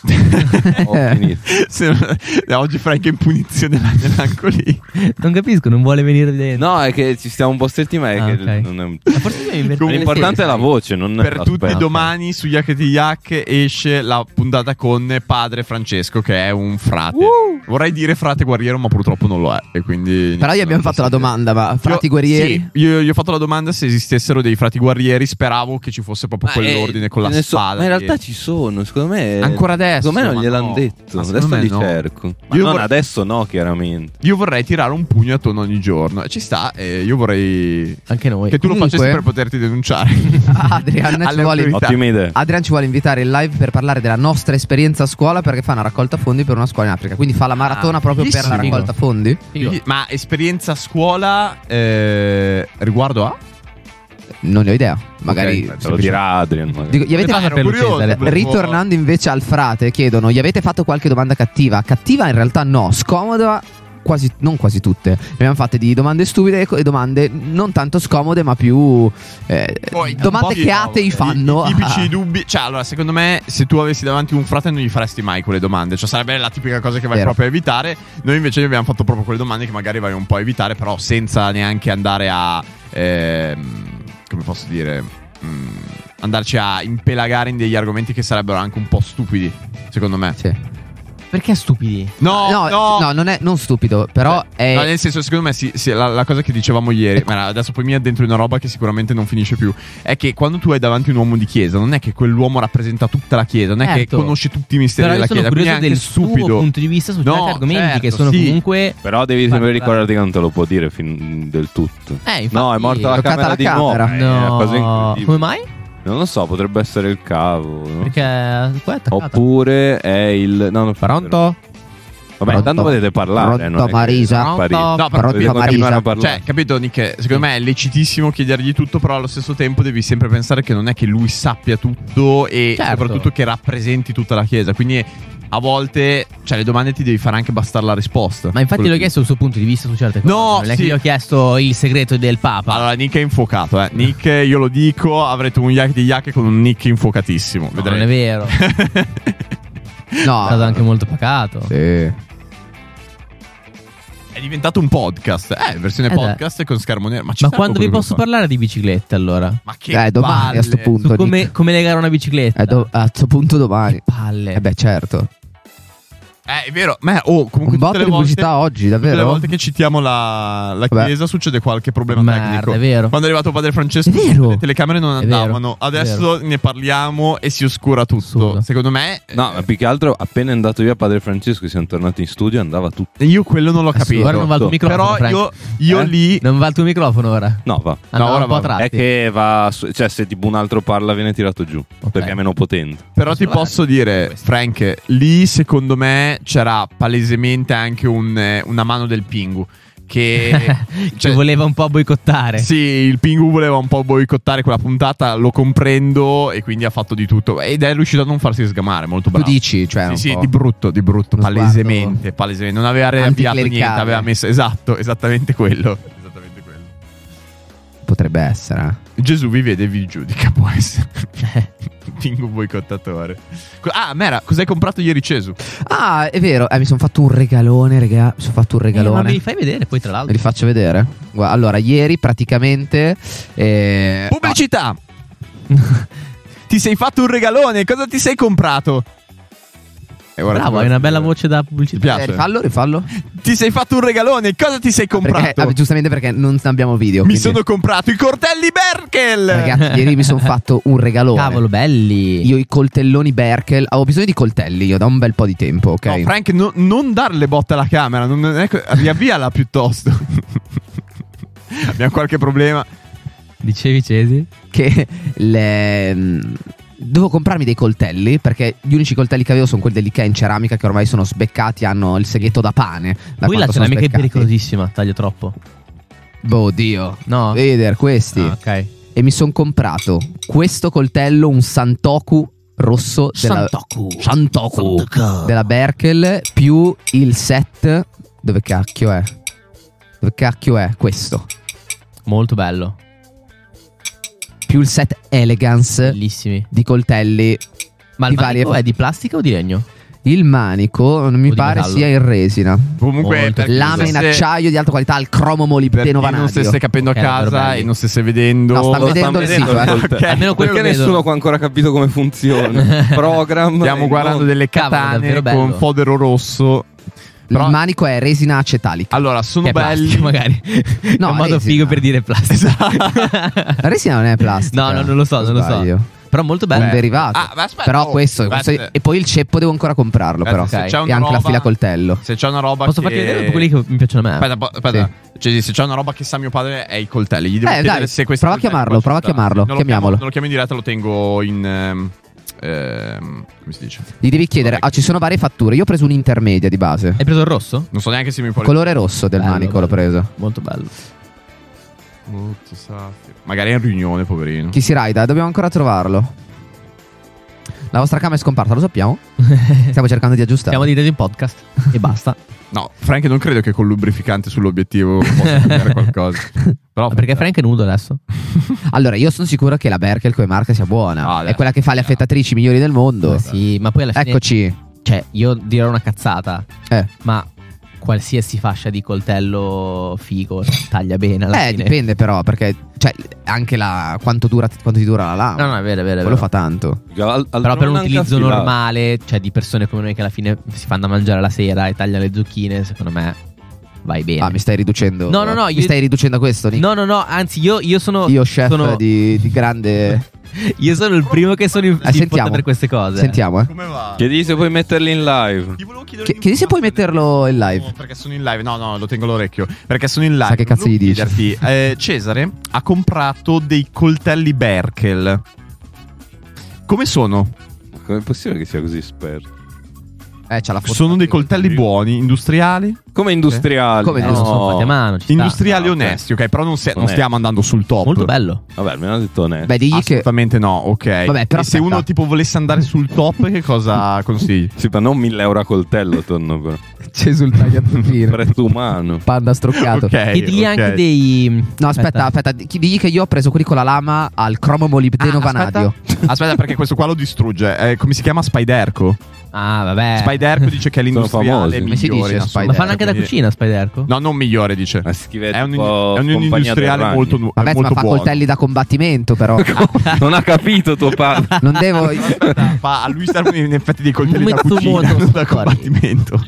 Ho finito. se non- eh, oggi Frank è in punizione là nell'angolino. Non capisco, non vuole venire dentro. No, è che ci stiamo un po' stretti, ma è Ah, che ok. non è... Ma forse dobbiamo invertire L'importante è le la serie, voce, non è Per la tutti sberla. domani su Yakety Yak esce la puntata con padre Francesco, che è un frate. Vorrei dire frate guerriero, ma purtroppo non lo è. E quindi Però gli abbiamo fatto la domanda, ma frati Io- guerrieri? Sì, io gli ho fatto la domanda se esistessero dei frati guerrieri. Speravo che ci fosse proprio Ma quell'ordine eh, con la ne so- spada. Ma in realtà dietro. ci sono, secondo me. Ancora adesso, Secondo me non ma gliel'hanno no. detto. Ma secondo Adesso me li no. cerco. Ma Io non vor- adesso, no, chiaramente. Io vorrei tirare un pugno a tonno ogni giorno. E ci sta. E io vorrei Anche noi. che tu lo Comunque- facessi per poterti denunciare. Adrian ci Alle vuole- autorità. Ottima idea. Adrian ci vuole invitare in live per parlare della nostra esperienza a scuola, perché fa una raccolta fondi per una scuola in Africa. Quindi fa la maratona Ah, proprio per la bellissimo. raccolta fondi. Figo. Ma esperienza a scuola eh, riguardo a? Non ne ho idea. Magari. Ok, Te lo dirà Adrian. magari. Dico, gli avete Come ero per curioso, Cesare. volevo- Ritornando invece al frate, chiedono: gli avete fatto qualche domanda cattiva? Cattiva in realtà no, scomoda. Quasi, non quasi tutte. Ne abbiamo fatte di domande stupide e domande non tanto scomode, ma più eh, Poi, domande un po' che di- atei fanno. I, i tipici dubbi. Cioè, allora, secondo me, se tu avessi davanti un frate, non gli faresti mai quelle domande. Cioè, sarebbe la tipica cosa che vai Vero. proprio a evitare. Noi invece abbiamo fatto proprio quelle domande che magari vai un po' a evitare, però senza neanche andare a. ehm, come posso dire? mm, andarci a impelagare in degli argomenti che sarebbero anche un po' stupidi, secondo me. Sì. Perché stupidi? No, no, no, no, non è non stupido, però è. No, nel senso, secondo me, sì, sì, la, la cosa che dicevamo ieri, ma adesso poi mi addentro in una roba che sicuramente non finisce più. È che quando tu hai davanti un uomo di chiesa, non è che quell'uomo rappresenta tutta la chiesa, non è che Certo. conosce tutti i misteri Però io della sono chiesa. Quindi è curioso anche del stupido. suo punto di vista su No, certi argomenti certo, che sono sì. comunque. Però devi Guarda, sempre guarda. ricordarti che non te lo può dire fin del tutto. Eh, infatti, No, è morta la toccata camera la di camera. nuovo. È una cosa No. incredibile. Come mai? Non lo so, potrebbe essere il cavo. no? Perché qua è attaccata. Oppure è il. No, non Pronto? Vabbè, Pronto? intanto potete parlare. Pronto, non è che- Marisa? Sparite. Pronto? No, però Pronto, Dovete continuare Marisa? a parlare. Cioè, capito, Nick? Secondo me è lecitissimo chiedergli tutto, però allo stesso tempo devi sempre pensare che non è che lui sappia tutto e Certo. soprattutto che rappresenti tutta la chiesa. Quindi a volte, cioè, le domande ti devi fare anche bastare la risposta. Ma infatti Quello l'ho che- chiesto il suo punto di vista su certe cose. No, non è sì. che gli ho chiesto il segreto del Papa. Allora, Nick è infuocato, eh. Nick, io lo dico, avrete un yak di yak con un Nick infuocatissimo. No, non è vero. È No, stato anche molto pacato. sì. È diventato un podcast. Eh, versione Eh, dai. podcast con schermo nero. Ma, ci Ma sarà quando vi qualcuno posso che lo fa? parlare di biciclette allora? Ma che Eh, domani palle. a sto punto. Su come, Nick. come legare una bicicletta? Eh, do- a sto punto domani. Che palle. Eh beh, certo. Eh, è vero. Ma oh, comunque Un botto tutte le di volte, pubblicità oggi, tutte le davvero? volte che citiamo la, la Vabbè. chiesa succede qualche problema Merda, tecnico. è vero. Quando è arrivato padre Francesco, È vero. le telecamere non È vero, andavano. è Adesso ne parliamo e si oscura tutto. Assurdo. Secondo me, No, eh, ma più che altro, appena è andato via padre Francesco e siamo tornati in studio, andava tutto. io quello non l'ho capito. Ora non va il tuo microfono, Però Frank. io, io Eh? lì. Non va il tuo microfono ora? No, va. Andava ora un po' a va. tratti. È che va. su- Cioè, se tipo un altro parla, viene tirato giù. Ok. Perché è meno potente. Però ti posso dire, Frank, lì secondo me c'era palesemente anche un, eh, una mano del Pingu. Che, Che cioè, voleva un po' boicottare. Sì, il Pingu voleva un po' boicottare quella puntata, lo comprendo e quindi ha fatto di tutto. Ed è riuscito a non farsi sgamare, molto Tu bravo. dici, cioè. Sì, un sì, po'. di brutto, di brutto, Uno palesemente, palesemente. Non aveva riavviato niente, Anticlericale. aveva messo. Esatto, esattamente quello. Esattamente quello. Potrebbe essere. eh. Gesù vi vede e vi giudica, può essere. Pingu boicottatore. Co- Ah, Mera, cos'hai comprato ieri, Cesu? Ah, è vero. Eh, mi sono fatto un regalone, raga. Mi sono fatto un Eh, ma regalone. me li fai vedere poi tra Ve l'altro. li faccio vedere. Guarda, allora, ieri praticamente. Eh, Pubblicità! Ti sei fatto un regalone, cosa ti sei comprato? E ora Bravo, ti hai una bella ti voce da pubblicità. piace? Eh, rifallo, rifallo. Ti sei fatto un regalone. Cosa ti sei comprato? Perché, ah, giustamente perché non abbiamo video. Mi quindi- sono comprato i coltelli Berkel. Ragazzi, ieri mi sono fatto un regalone. Cavolo, belli. Io i coltelloni Berkel. Avevo bisogno di coltelli io da un bel po' di tempo, ok? No, Frank, no- non dar le botte alla camera. Non, non è co- riavviala piuttosto. Abbiamo qualche problema. Dicevi, Cesi? Che le. mh, Devo comprarmi dei coltelli perché gli unici coltelli che avevo sono quelli dell'Ikea in ceramica che ormai sono sbeccati, hanno il seghetto da pane. Da Poi la quanto sono ceramica è sbeccati. pericolosissima, taglio troppo. Boh, Dio. No? Veder questi. Ah, ok. E mi sono comprato questo coltello, un Santoku rosso della Santoku. Santoku Santoku. della Berkel, più il set. Dove cacchio è? Dove cacchio è questo? Molto bello. Più il set Elegance Bellissimi. di coltelli. Ma il di varie manico è di plastica o di legno? Il manico non mi O di pare metallo? sia in resina. Comunque, Molto per chi Lame in non stesse- acciaio di alta qualità al cromo per molibdeno chi non vanadio. stesse capendo Ok, a casa davvero belli. e non stesse vedendo. No, sta Lo vedendo il vedendo sito, il eh. coltello. Ok. Almeno quello Perché lo vedo. nessuno qua ancora ha capito come funziona. Program. Stiamo e guardando non- delle Cavolo, katane davvero bello. con fodero rosso. Però- Il manico è resina acetalica. Allora, sono Che è belli. plastica, magari. No, è un modo resina. figo per dire plastica. La resina non è plastica. No, no, non lo so, non lo so. Sbaglio. Però molto È bello. un derivato. Ah, ma aspetta, però oh, questo, aspetta. questo- E poi il ceppo devo ancora comprarlo. Aspetta, Però se c'è e una anche la roba- fila coltello. Se c'è una roba Posso che... farti vedere dopo quelli che mi piacciono a me? Aspetta, po- aspetta. Cioè, se c'è una roba che sa mio padre è i coltelli. Gli devo Eh, chiedere dai, se questi prova a coltelli chiamarlo, qua prova a ci stanno. chiamarlo, Non lo chiamiamolo. chiamo- Non lo chiamo in diretta, lo tengo in... ehm, ehm, come si dice? Gli devi chiedere. Vabbè. Ah, ci sono varie fatture. Io ho preso un'intermedia di base. Hai preso il rosso? Non so neanche se mi può... Colore rosso del Bello, manico l'ho bello. preso. Molto bello. Oh, ti sa- Magari è in riunione, poverino. Chi si raida? Dobbiamo ancora trovarlo. La vostra camera è scomparsa, lo sappiamo. Stiamo cercando di aggiustare. Siamo di in podcast e basta. No, Frank, non credo che con lubrificante sull'obiettivo possa cambiare qualcosa. Però Ma perché Frank è nudo adesso? Allora, io sono sicuro che la Berkel come marca sia buona. Ah, dai. È quella che fa le affettatrici migliori del mondo. Sì, ma poi alla fine Eccoci. Cioè, io dirò una cazzata, Eh. ma qualsiasi fascia di coltello figo taglia bene alla Eh, fine. dipende però, perché cioè anche la quanto dura quanto ti dura la lama. No, no, è vero, è vero. è Quello vero. fa tanto. Al- al- Però per un non utilizzo anche affilato. normale, cioè di persone come noi che alla fine si fanno da mangiare la sera e tagliano le zucchine, secondo me vai bene. Ah, mi stai riducendo. No, no, no, Mi io- stai riducendo a questo, Nick? No, no, no, anzi io, io sono Io chef sono, di, di grande. io sono il primo che sono in Eh, si sentiamo. fotte per queste cose. Sentiamo, eh. Come va? Chiedi se puoi metterli in live. Ti volevo chiedere Che- chiedi se puoi metterlo in live. No, perché sono in live. No, no, lo tengo all'orecchio. Perché sono in live. Sa che cazzo Volevo gli dice. chiederti, eh, Cesare ha comprato dei coltelli Berkel. Come sono? Com'è possibile che sia così esperto? Eh, c'ha la foto. Sono dei coltelli buoni, industriali? Come industriali. Come Eh, no? non sono fatti a mano, ci sta. Industriali Ah, ok. onesti, ok? Però non, se- non Onesti. stiamo andando sul top. Molto bello. Vabbè, almeno ha detto onesto. Beh, digli che. Assolutamente no, ok. Vabbè, però e se aspetta. uno tipo volesse andare sul top, che cosa consigli? Sì, ma non mille euro a coltello, torno però. C'è sul tagliato Prezzo umano. Panda struccato. Ok. Chiedigli ok. anche dei. No, aspetta, aspetta, di- digli che io ho preso quelli con la lama al cromo molibdeno Ah, vanadio. aspetta. Aspetta, perché questo qua lo distrugge. Eh, come si chiama? Spiderco. Ah, vabbè. Spiderco dice che è Sono l'industriale famosi. migliore. Come si dice in assoluto. Spider- Ma fanno anche da Quindi- cucina Spiderco? No, non migliore, dice. Ma scrivete È un, tipo è un compagnia industriale del molto, ragno. nu- Vabbè, molto ma fa buono. coltelli da combattimento, però. Non ha capito tuo padre. Non devo. Fa a lui servono in effetti dei coltelli da Mitsumoto cucina, non da Safari. combattimento.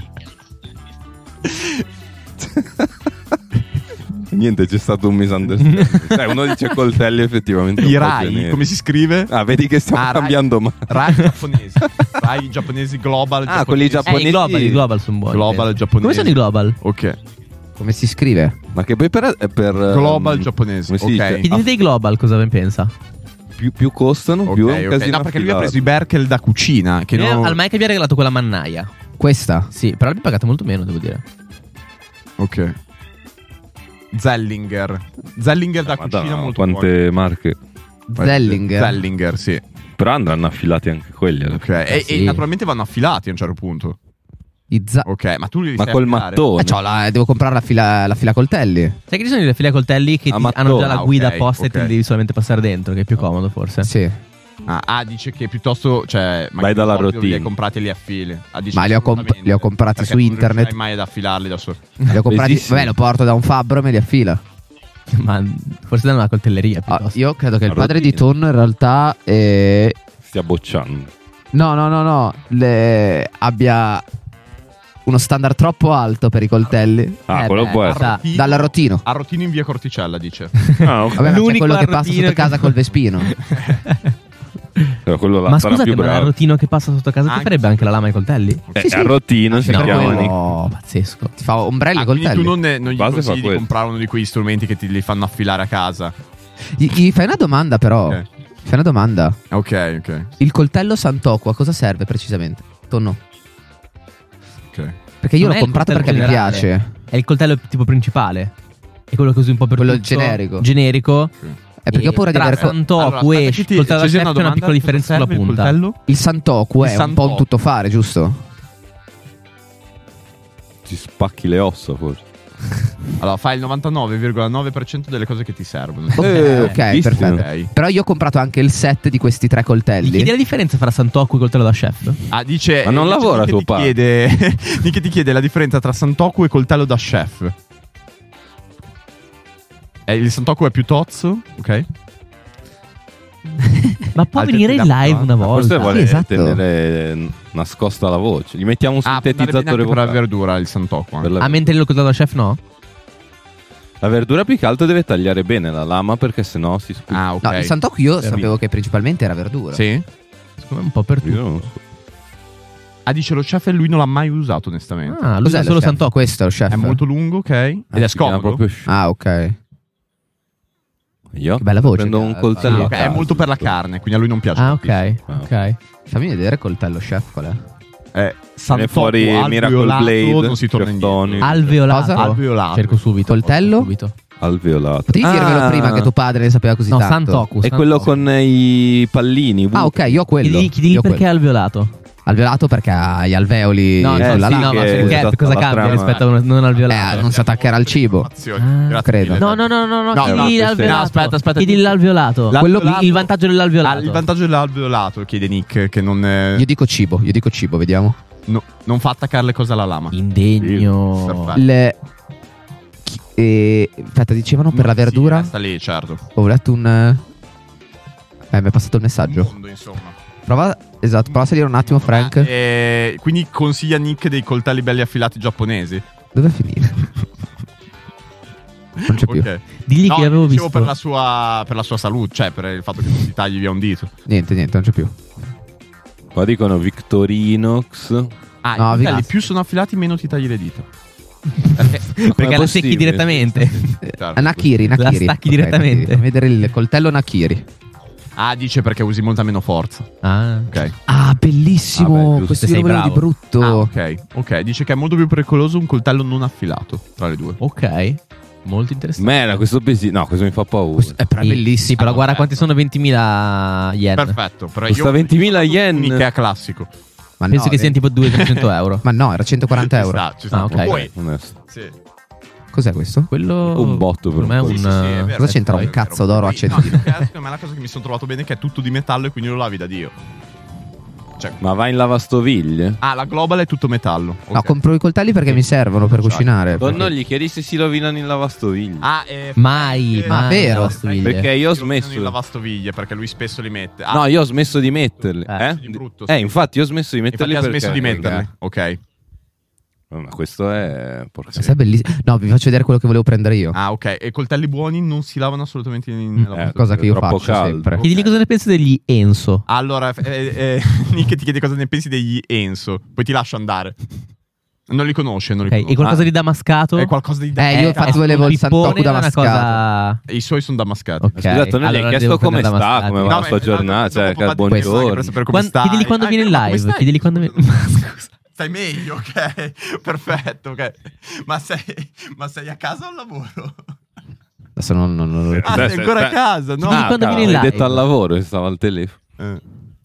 Niente, c'è stato un misunderstanding. Sai, uno dice coltelli effettivamente. I un po' Rai, generico. come si scrive? Ah, vedi che stiamo Ah, Rai. cambiando ma. Rai giapponesi. Rai giapponesi, global Ah, quelli giapponesi. Eh, i giapponesi. global, i global sono buoni. Global vero. giapponesi. Come sono i global? Ok. Come si scrive? Ma che poi per, è per Global ehm, giapponese, come si ok. dice? Chiedimi dei global cosa ben pensa. Più, più costano, Ok, più è un ok. casino No, perché lui ha affilato. preso i Berkel da cucina. Che Eh, non... Al Mike abbiamo regalato quella mannaia. Questa? Sì, però l'abbiamo pagata molto meno, devo dire. Ok. Zellinger. Zellinger da Ah, cucina Madonna, molto quante marche. buono. Zellinger. Zellinger, sì. Però andranno affilati anche quelli. alla Ok. fine. E, sì. e naturalmente vanno affilati a un certo punto. I za- Ok, ma tu li Ma sai col affilare? mattone. Eh, c'ho la- devo comprare la fila, la fila coltelli. Sai che ci sono delle file a coltelli che A ti- mattone. hanno già la Ah, guida ok, apposta e te ok. li devi solamente passare dentro, che è più comodo forse. Sì. Ah, ah, dice che piuttosto, cioè, Vai dalla soldi routine. Li hai comprati e li affili. Ah, dice Ma li ho comp- assolutamente, li ho comprati perché su non internet. riuscirai mai ad affilarli da solo. Li ho comprati. Bellissimo. Vabbè, lo porto da un fabbro e me li affila. Ma forse da una coltelleria Ah, piuttosto. io credo che il La padre di routine. tonno in realtà è. Stia bocciando. No, no, no, no. Le... abbia uno standard troppo alto per i coltelli. Ah, Eh quello beh, può sa- essere. Arrotino- Dall'arrotino. Arrotino in via Corticella, dice. Ah, ok. Vabbè, ma c'è L'unico quello che passa arrotino sotto che- casa col Vespino. Però quello là Ma sarà scusate, più ma bravo. l'arrotino che passa sotto casa ti Anche- farebbe anche la lama ai coltelli? Eh, Sì, sì. Arrotino si No, chiama. quello- Nick. no, pazzesco. Ti fa ombrelli Ah, e quindi coltelli. tu non, ne- non gli Base fa consigli di quello. comprare uno di quegli strumenti che ti li fanno affilare a casa. Gli, gli fai una domanda, però. Ok. Fai una domanda. Ok, ok, Il coltello Sant'Oco a cosa serve precisamente? Tonno. ok. Perché io Non l'ho è il comprato perché coltello mi generale. piace. È il coltello tipo principale. È quello che usi un po' per Quello tutto. generico. Generico. È perché ho paura di tra aver. co- Sant'Oku Allora, e aspetta che ti- coltello da c'è chef una c'è una domanda, piccola cosa differenza sulla serve il punta. coltello? Il Sant'Oku Il è un po' Sant'Oku. un tuttofare, giusto? Ti spacchi le ossa forse. Allora, fai il novantanove virgola nove per cento delle cose che ti servono. Ok, Eh, ok, visto? perfetto. Ok. Però io ho comprato anche il set di questi tre Gli chiedi coltelli. la differenza fra Sant'Oku e coltello da chef? Ah, dice. Ma non dice lavora che tuo ti padre. chiede Nick ti chiede la differenza tra Sant'Oku e coltello da chef. Eh, il Sant'Oku è più tozzo, ok? Ma può Altri venire in ti dà- live una Forse volta? vuole esatto. tenere eh, nascosta la voce. Gli mettiamo un Ah, può andare bene sintetizzatore anche per la vocale. verdura il Sant'Oku. anche. Per la- Ah, mentre il coltello da chef no? La verdura più che altro deve tagliare bene la lama perché sennò si spicca. Ah, ok. No, il Sant'Oku io Capito. sapevo che principalmente era verdura. Sì? Secondo me un po' per Io tutto. non so. Ah, dice lo chef e lui non l'ha mai usato, onestamente. Ah, lui Cos'è usa lo solo chef? Sant'Oku. Questo è lo chef. È molto lungo, ok? Ed è Si chiama scomodo. proprio sh- Ah, ok. Io Che bella voce prendo che un ha. coltello Ah, a ok, è caso, molto per la giusto? carne, quindi a lui non piace. Ah, ok. tantissimo. Ah. Ok. Fammi vedere il coltello chef qual è. Eh, Viene Sant'Oku fuori Miracle alveolato, Blade, non si torna Chef indietro. Tony. Alveolato. Cosa? Alveolato. Cerco subito. Coltello? Subito. Alveolato. Potevi dirmelo Ah, prima che tuo padre ne sapeva così No, tanto. Sant'Oku. È quello con eh, i pallini. Ah, ok, io ho quello. Chiedi, chiedi Io ho perché è quello. alveolato. Alveolato perché ha gli alveoli No, Eh, no, sulla sì, lama. no, ma che- perché esatto, cosa la cambia trama- rispetto a un non Eh, alveolato? non si attaccherà al cibo. Informazioni. Ah, Grazie credo. mille. No, no, no, no, no, No, chiedi no, queste- l'alveolato. no, aspetta, aspetta. Chiedi l'alveolato. L'alveolato- Quello- il vantaggio dell'alveolato. Ah, il vantaggio dell'alveolato, chiede Nick, che non, eh, Io dico cibo, io dico cibo, vediamo. no- non fa attaccare le cose alla lama. Indegno. Perfetto. Le... chi- eh, aspetta, dicevano per la Sì, verdura? sta lì, certo. Ho letto un... Eh, mi è passato il messaggio. Mondo, insomma. Prova, esatto, prova a salire un attimo, Frank. Ah, eh, quindi consiglia Nick dei coltelli belli affilati giapponesi? Dove finire? Non c'è più. Ok. Digli No, che avevo dicevo visto. per la sua per la sua salute, cioè per il fatto che non ti tagli via un dito. Niente, niente, non c'è più. Qua dicono Victorinox. Ah, No, i coltelli vi- più sono affilati meno ti tagli le dita. Perché, perché la secchi possibile? direttamente. Certo. Eh, Nakiri, La Nakiri. stacchi Ok, direttamente. Nakiri. Fammi vedere il coltello Nakiri. Ah, dice perché usi molta meno forza. Ah. Ok. Ah, bellissimo. Vabbè, giusto, Questo io sei lo volevo di bravo. brutto. Ah, ok. Ok, dice che è molto più pericoloso un coltello non affilato tra le due. Ok. Molto interessante. Mera, questo pesino. No, questo mi fa paura. Questo è però Sì, bellissimo. Sì, però guarda perfetto. quanti sono ventimila yen. Perfetto, però Costa io ventimila yen. Nick è classico. Ma Penso no, che siano eh, tipo duecento euro. Ma no, era centoquaranta Ci euro. sta, ci sta. Ah, ok. Poi, Onesto. sì. Cos'è questo? Quello. Un botto per per me è un un. Sì, sì, sì, è vero. Cosa c'entra È un vero, cazzo è vero. d'oro a Poi- no, centino? più che altro, secondo me la cosa che mi sono trovato bene è che è tutto di metallo e quindi lo lavi da Dio. Cioè, Ma va in lavastoviglie? ah, la global è tutto metallo. No, Ok. compro i coltelli perché mi servono per Ciao. cucinare. Donno, perché- gli chiedi se si rovinano in lavastoviglie. Ah, eh, Mai, eh, mai. vero? lavastoviglie. Perché io ho si rovinano smesso. in lavastoviglie perché lui spesso li mette. Ah, No, io ho smesso di metterli. Eh, Eh, di brutto, Eh, sì. infatti, io ho smesso di metterli infatti ha perché. smesso di metterli. Ok. Oh, ma questo è. Porca Questo è bellissimo. No, vi faccio vedere quello che volevo prendere io. Ah, ok. E coltelli buoni non si lavano assolutamente in, in Eh, lavastoviglie. Cosa che io troppo faccio caldo. sempre. Chiedili cosa ne pensi degli Enso. Allora, eh, eh, Nick ti chiede cosa ne pensi degli Enso. Poi ti lascio andare. Non li conosce, non li Ok, conosce. e qualcosa Ah. di damascato? È qualcosa di Eh, io infatti è volevo un il Sant'Oku pippone, una damascato. cosa. I suoi sono damascati. Ok. Scusate, non gli hai allora chiesto devo come prendere sta, damascati. come va No, la ma sua esatto, giornata, sono cioè, un po' che fatti per buongiorno. sapere come Quan- stai. chiedili quando Ah, viene in come live. stai? Chiedili quando viene. Ma scusa. Stai meglio, ok? Perfetto, ok. Ma sei, ma sei a casa o al lavoro? Adesso non, non, non lo Ah, ricordo. Adesso sei ancora a sta- casa, no? Chiedili quando cavolo, vieni in hai live. detto al lavoro e stava al telefono. Eh.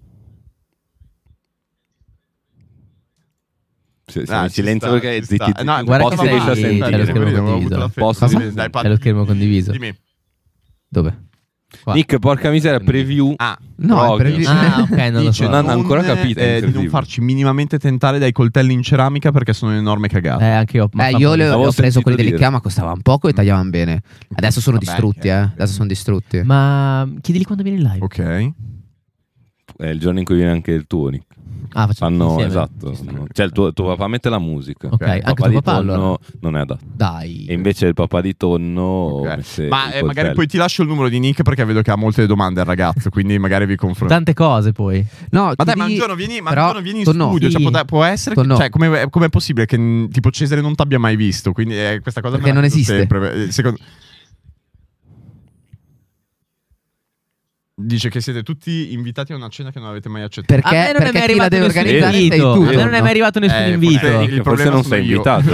Sì, sì, Ah, in ci silenzio sta, perché ci zitti, sta. zitti, No, un guarda po' che si riesce a sei- sentire. c'è lo schermo Vedi, ho condiviso. avuto la fe- Posso- Dai, dai, parli. C'è lo schermo condiviso. Dimmi. Dove? Qua. Nick, porca miseria, preview. Ah, No, Proghi. è previ- Ah, ok, non lo dice so. non- ancora capito, è eh, di non incredibile. farci minimamente tentare dai coltelli in ceramica perché sono un'enorme cagate. Eh, anche io. ma Eh, fa io un le, po' ho Avevo preso sentito quelli dire. dell'Ikea, ma costavano poco e tagliavano bene. Adesso sono Vabbè, distrutti, che- eh. Adesso sono distrutti. Ma chiedili quando vieni in live. Ok. È il giorno in cui viene anche il tuo, Nick. Ah, facciamo Fanno, insieme. esatto. Ci sta. Cioè il tuo, tuo papà mette la musica. Ok, Il anche papà tuo di papà, tonno allora? non è adatto. Dai. E invece il papà di tonno Ok. mette Ma i eh, magari coltelli. poi ti lascio il numero di Nick perché vedo che ha molte domande il ragazzo, quindi magari vi confronto. Tante cose poi. No, Ma ti dai, ma un di- giorno vieni, ma un però, giorno vieni in Tonno, studio. sì. Cioè, può, può essere. Tonno. Cioè, come è possibile che mh, tipo Cesare non ti abbia mai visto? Quindi eh, questa cosa Perché me la non chiedo esiste. sempre. Eh, Secondo... Dice che siete tutti invitati a una cena che non avete mai accettato. Perché, A me non è perché mai chi la arrivato deve nessun organizzare sei invito. tu. A me non è Tonno. mai arrivato nessun Eh, invito. forse- il Forse problema non sono sei io. invitato.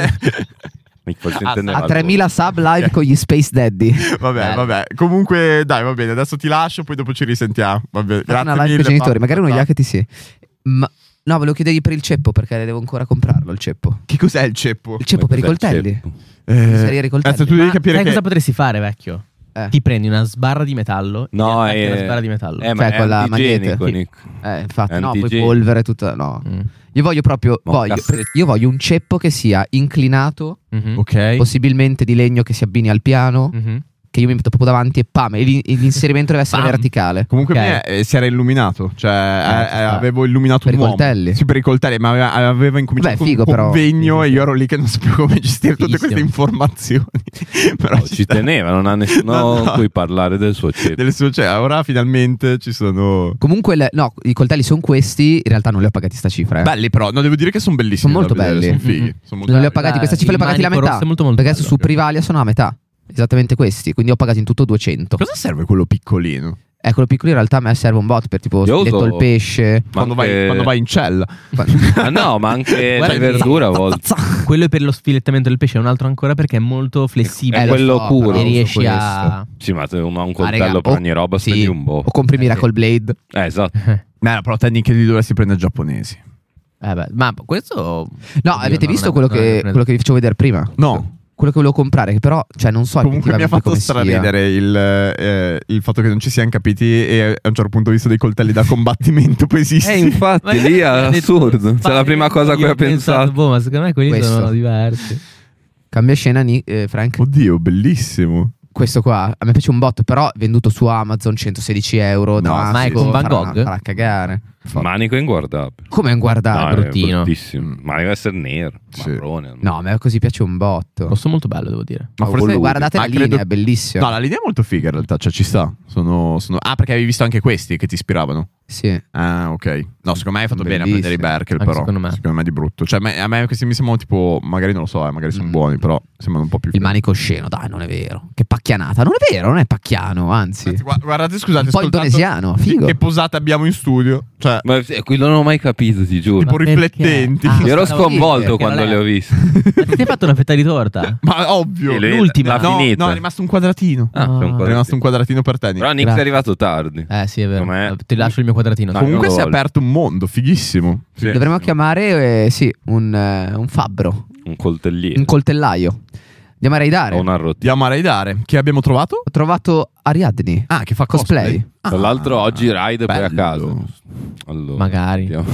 Forse Ah, intendeva A il tremila sub live con gli Space Daddy. Vabbè, Bello. vabbè. Comunque, dai, va bene. Adesso ti lascio, poi dopo ci risentiamo. Vabbè, Fate una grazie live mille. con i genitori. pa- Magari uno pa- gli ha che ti sì. Ma no, volevo chiedergli per il ceppo perché devo ancora comprarlo il ceppo. Che cos'è il ceppo? Il ceppo per i Cos'è il coltelli. ceppo? Eh, Salire i coltelli. adesso tu devi Ma capire sai che cosa potresti fare, vecchio? Eh. Ti prendi una sbarra di metallo No, e attacchi è una sbarra di metallo. Eh, ma Cioè, è quella antigenico, magnete. Nick. Eh, infatti, no, poi Antigenico. polvere tutta. No. Mm. Io voglio proprio. Ma Voglio, cazzo. io voglio un ceppo che sia inclinato, Mhm. Ok. possibilmente di legno che si abbini al piano. Mhm. Che io mi metto proprio davanti e pam. E l'in- e l'inserimento deve essere Pam. verticale. Comunque Ok. me, eh, si era illuminato, cioè eh, ci eh, sta. avevo illuminato Per un i uomo. coltelli? Sì, per i coltelli, ma aveva, aveva incominciato Vabbè, figo, un però. convegno Sì, e sì, io sì. ero lì che non sapevo come gestire tutte queste Fighissimo. informazioni. Però No, ci ci sta. teneva, non ha nessuno No, no. cui parlare del suo ceppo. Delle sue- cioè, ora finalmente ci sono Comunque, le- no, i coltelli sono questi. In realtà non li ho pagati sta cifra. Eh. belli, però no, devo dire che sono bellissimi. Sono molto da vedere, belli. Sono fighi. Mhm. Sono molto Non li ho belli. pagati, Beh, questa cifra il li ho pagati la manico metà. rosso è molto, molto perché adesso bello. su Privalia sono a metà. Esattamente questi. Quindi ho pagato in tutto duecento. Cosa serve quello piccolino? Eh, quello piccolo in realtà a me serve un bot per tipo Io filetto uso- il pesce. Ma Quando, anche- vai, quando vai in cella. Ah, no, ma anche Guarda la che- verdura a volte. Quello è per lo sfilettamento del pesce, è un altro ancora perché è molto flessibile. È lo quello so, puro. però E uso riesci a. Sì, ma se uno ha un Ah, coltello raga, per o- ogni roba sì, spendi un po'. O compri Eh, sì. Miracle Blade. Eh, esatto. No, però te Nick li dovresti prendere giapponesi. Eh beh, ma questo. No, Oddio, avete no, visto non è- quello, non è che, preso. quello che vi facevo vedere prima? No. Quello che volevo comprare, che però, cioè, non so Comunque mi ha effettivamente fatto come sia. straridere il, eh, il fatto che non ci siamo capiti e a un certo punto ho visto dei coltelli da combattimento poi esiste. Eh, infatti, Ma lì è ha detto- assurdo. Cioè, la prima cosa a cui Io ho pensato. Boh, ma secondo me quelli Questo. sono diversi. Cambia scena, Ni- eh, Frank. Oddio, bellissimo. Questo qua, a me piace un botto, però venduto su Amazon centosedici euro. No, Damasco, ma è con Van farà- Gogh? Farà cagare. Manico è inguardabile. Come un No, guardare? è bruttino. bruttissimo. Manico deve essere nero, Sì. marrone. No, a me così piace un botto. Rosso molto bello, devo dire. Ma Oh, forse voi guardate ma la credo- linea, è bellissima. No, la linea è molto figa in realtà, cioè ci sta. Sono, sono- Ah, perché avevi visto anche questi che ti ispiravano? Sì. Ah, ok. No, secondo me hai fatto bene a Bellissimi. prendere i Berkel, Anche però. secondo me. di brutto. Cioè, me- a me questi mi sembrano tipo, magari non lo so, eh, magari sono Mm. buoni, però sembrano un po' più Il manico sceno, dai, non è vero. Che pacchianata. Non è vero, non è pacchiano, anzi. Anzi, gua- Guardate, scusate, Un po' ascoltato- indonesiano, che- figo. Che posate abbiamo in studio? Cioè, Ma eh, qui non ho mai capito, ti giuro. tipo Ma perché? riflettenti. Ah, Io ero stavo sconvolto dicendo, quando perché le ho non è- viste. Ma ti hai fatto una fetta di torta? Ma ovvio. Sì, lui l'ultima. l'ha no, finita. no, è rimasto un quadratino. Ah, c'è un Ah. È quadratino. rimasto un quadratino per te, Nick. Però Nick Grazie. è arrivato tardi. Eh sì, è vero. Com'è? Ti lascio il mio quadratino. No, Comunque non si è lo voglio. aperto un mondo, fighissimo. Sì. Dovremmo chiamare, eh, sì, un, eh, un fabbro, Un coltelliere. un coltellaio. Andiamo a raidare. O un arrottino. Andiamo a raidare. Chi abbiamo trovato? Ho trovato Ariadne. Ah, che fa Cosplay. cosplay. Ah, Tra l'altro oggi ride poi a bello. casa. Allora, Magari. vediamo.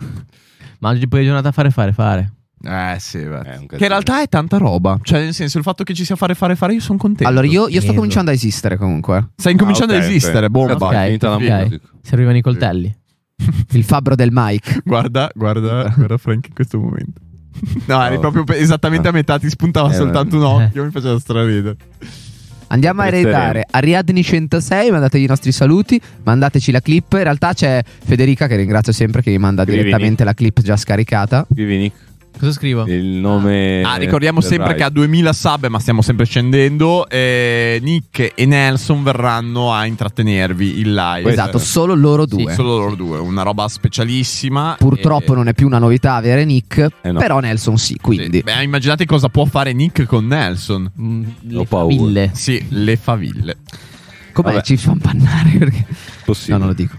Ma oggi poi è giornata a fare fare fare. Eh sì, beh. È un Che in casino. realtà è tanta roba. Cioè, nel senso, il fatto che ci sia fare fare fare, io sono contento. Allora, io, io sto Peso. cominciando a esistere comunque. Stai incominciando Ah, ok, a esistere, ok. bomba. Cazzo, è finita la ok. musica. Servivano i coltelli. Il fabbro del Mike. Guarda, guarda, guarda Frank in questo momento. No, eri Oh. proprio pe- esattamente a metà, ti spuntava Eh, soltanto un occhio, mi faceva straridere. Andiamo a Resteremo. raidare Ariadne centosei. Mandategli i nostri saluti. Mandateci la clip. In realtà c'è Federica, che ringrazio sempre, che mi manda Scrivi, direttamente la clip già scaricata. Vivi Nick. Cosa scrivo? Il nome. Ah, ricordiamo del sempre ride. che a duemila sub, ma stiamo sempre scendendo, eh, Nick e Nelson verranno a intrattenervi in live. Esatto, solo loro due. Solo loro due, una roba specialissima. Purtroppo E- non è più una novità avere Nick, Eh no. però Nelson sì, quindi. Sì. Beh, immaginate cosa può fare Nick con Nelson. Mm, Ho le paura. faville. Sì, le faville. Com'è? Vabbè. Ci fa impannare perché... Possibile. No, non lo dico.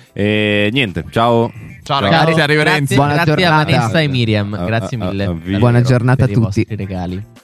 E niente, ciao. Ciao, Ciao. ragazzi, arrivederci. Grazie, Buona grazie a giornata. Vanessa e Miriam. A- Grazie a- a- mille. a- Buona giornata per a i tutti. vostri regali.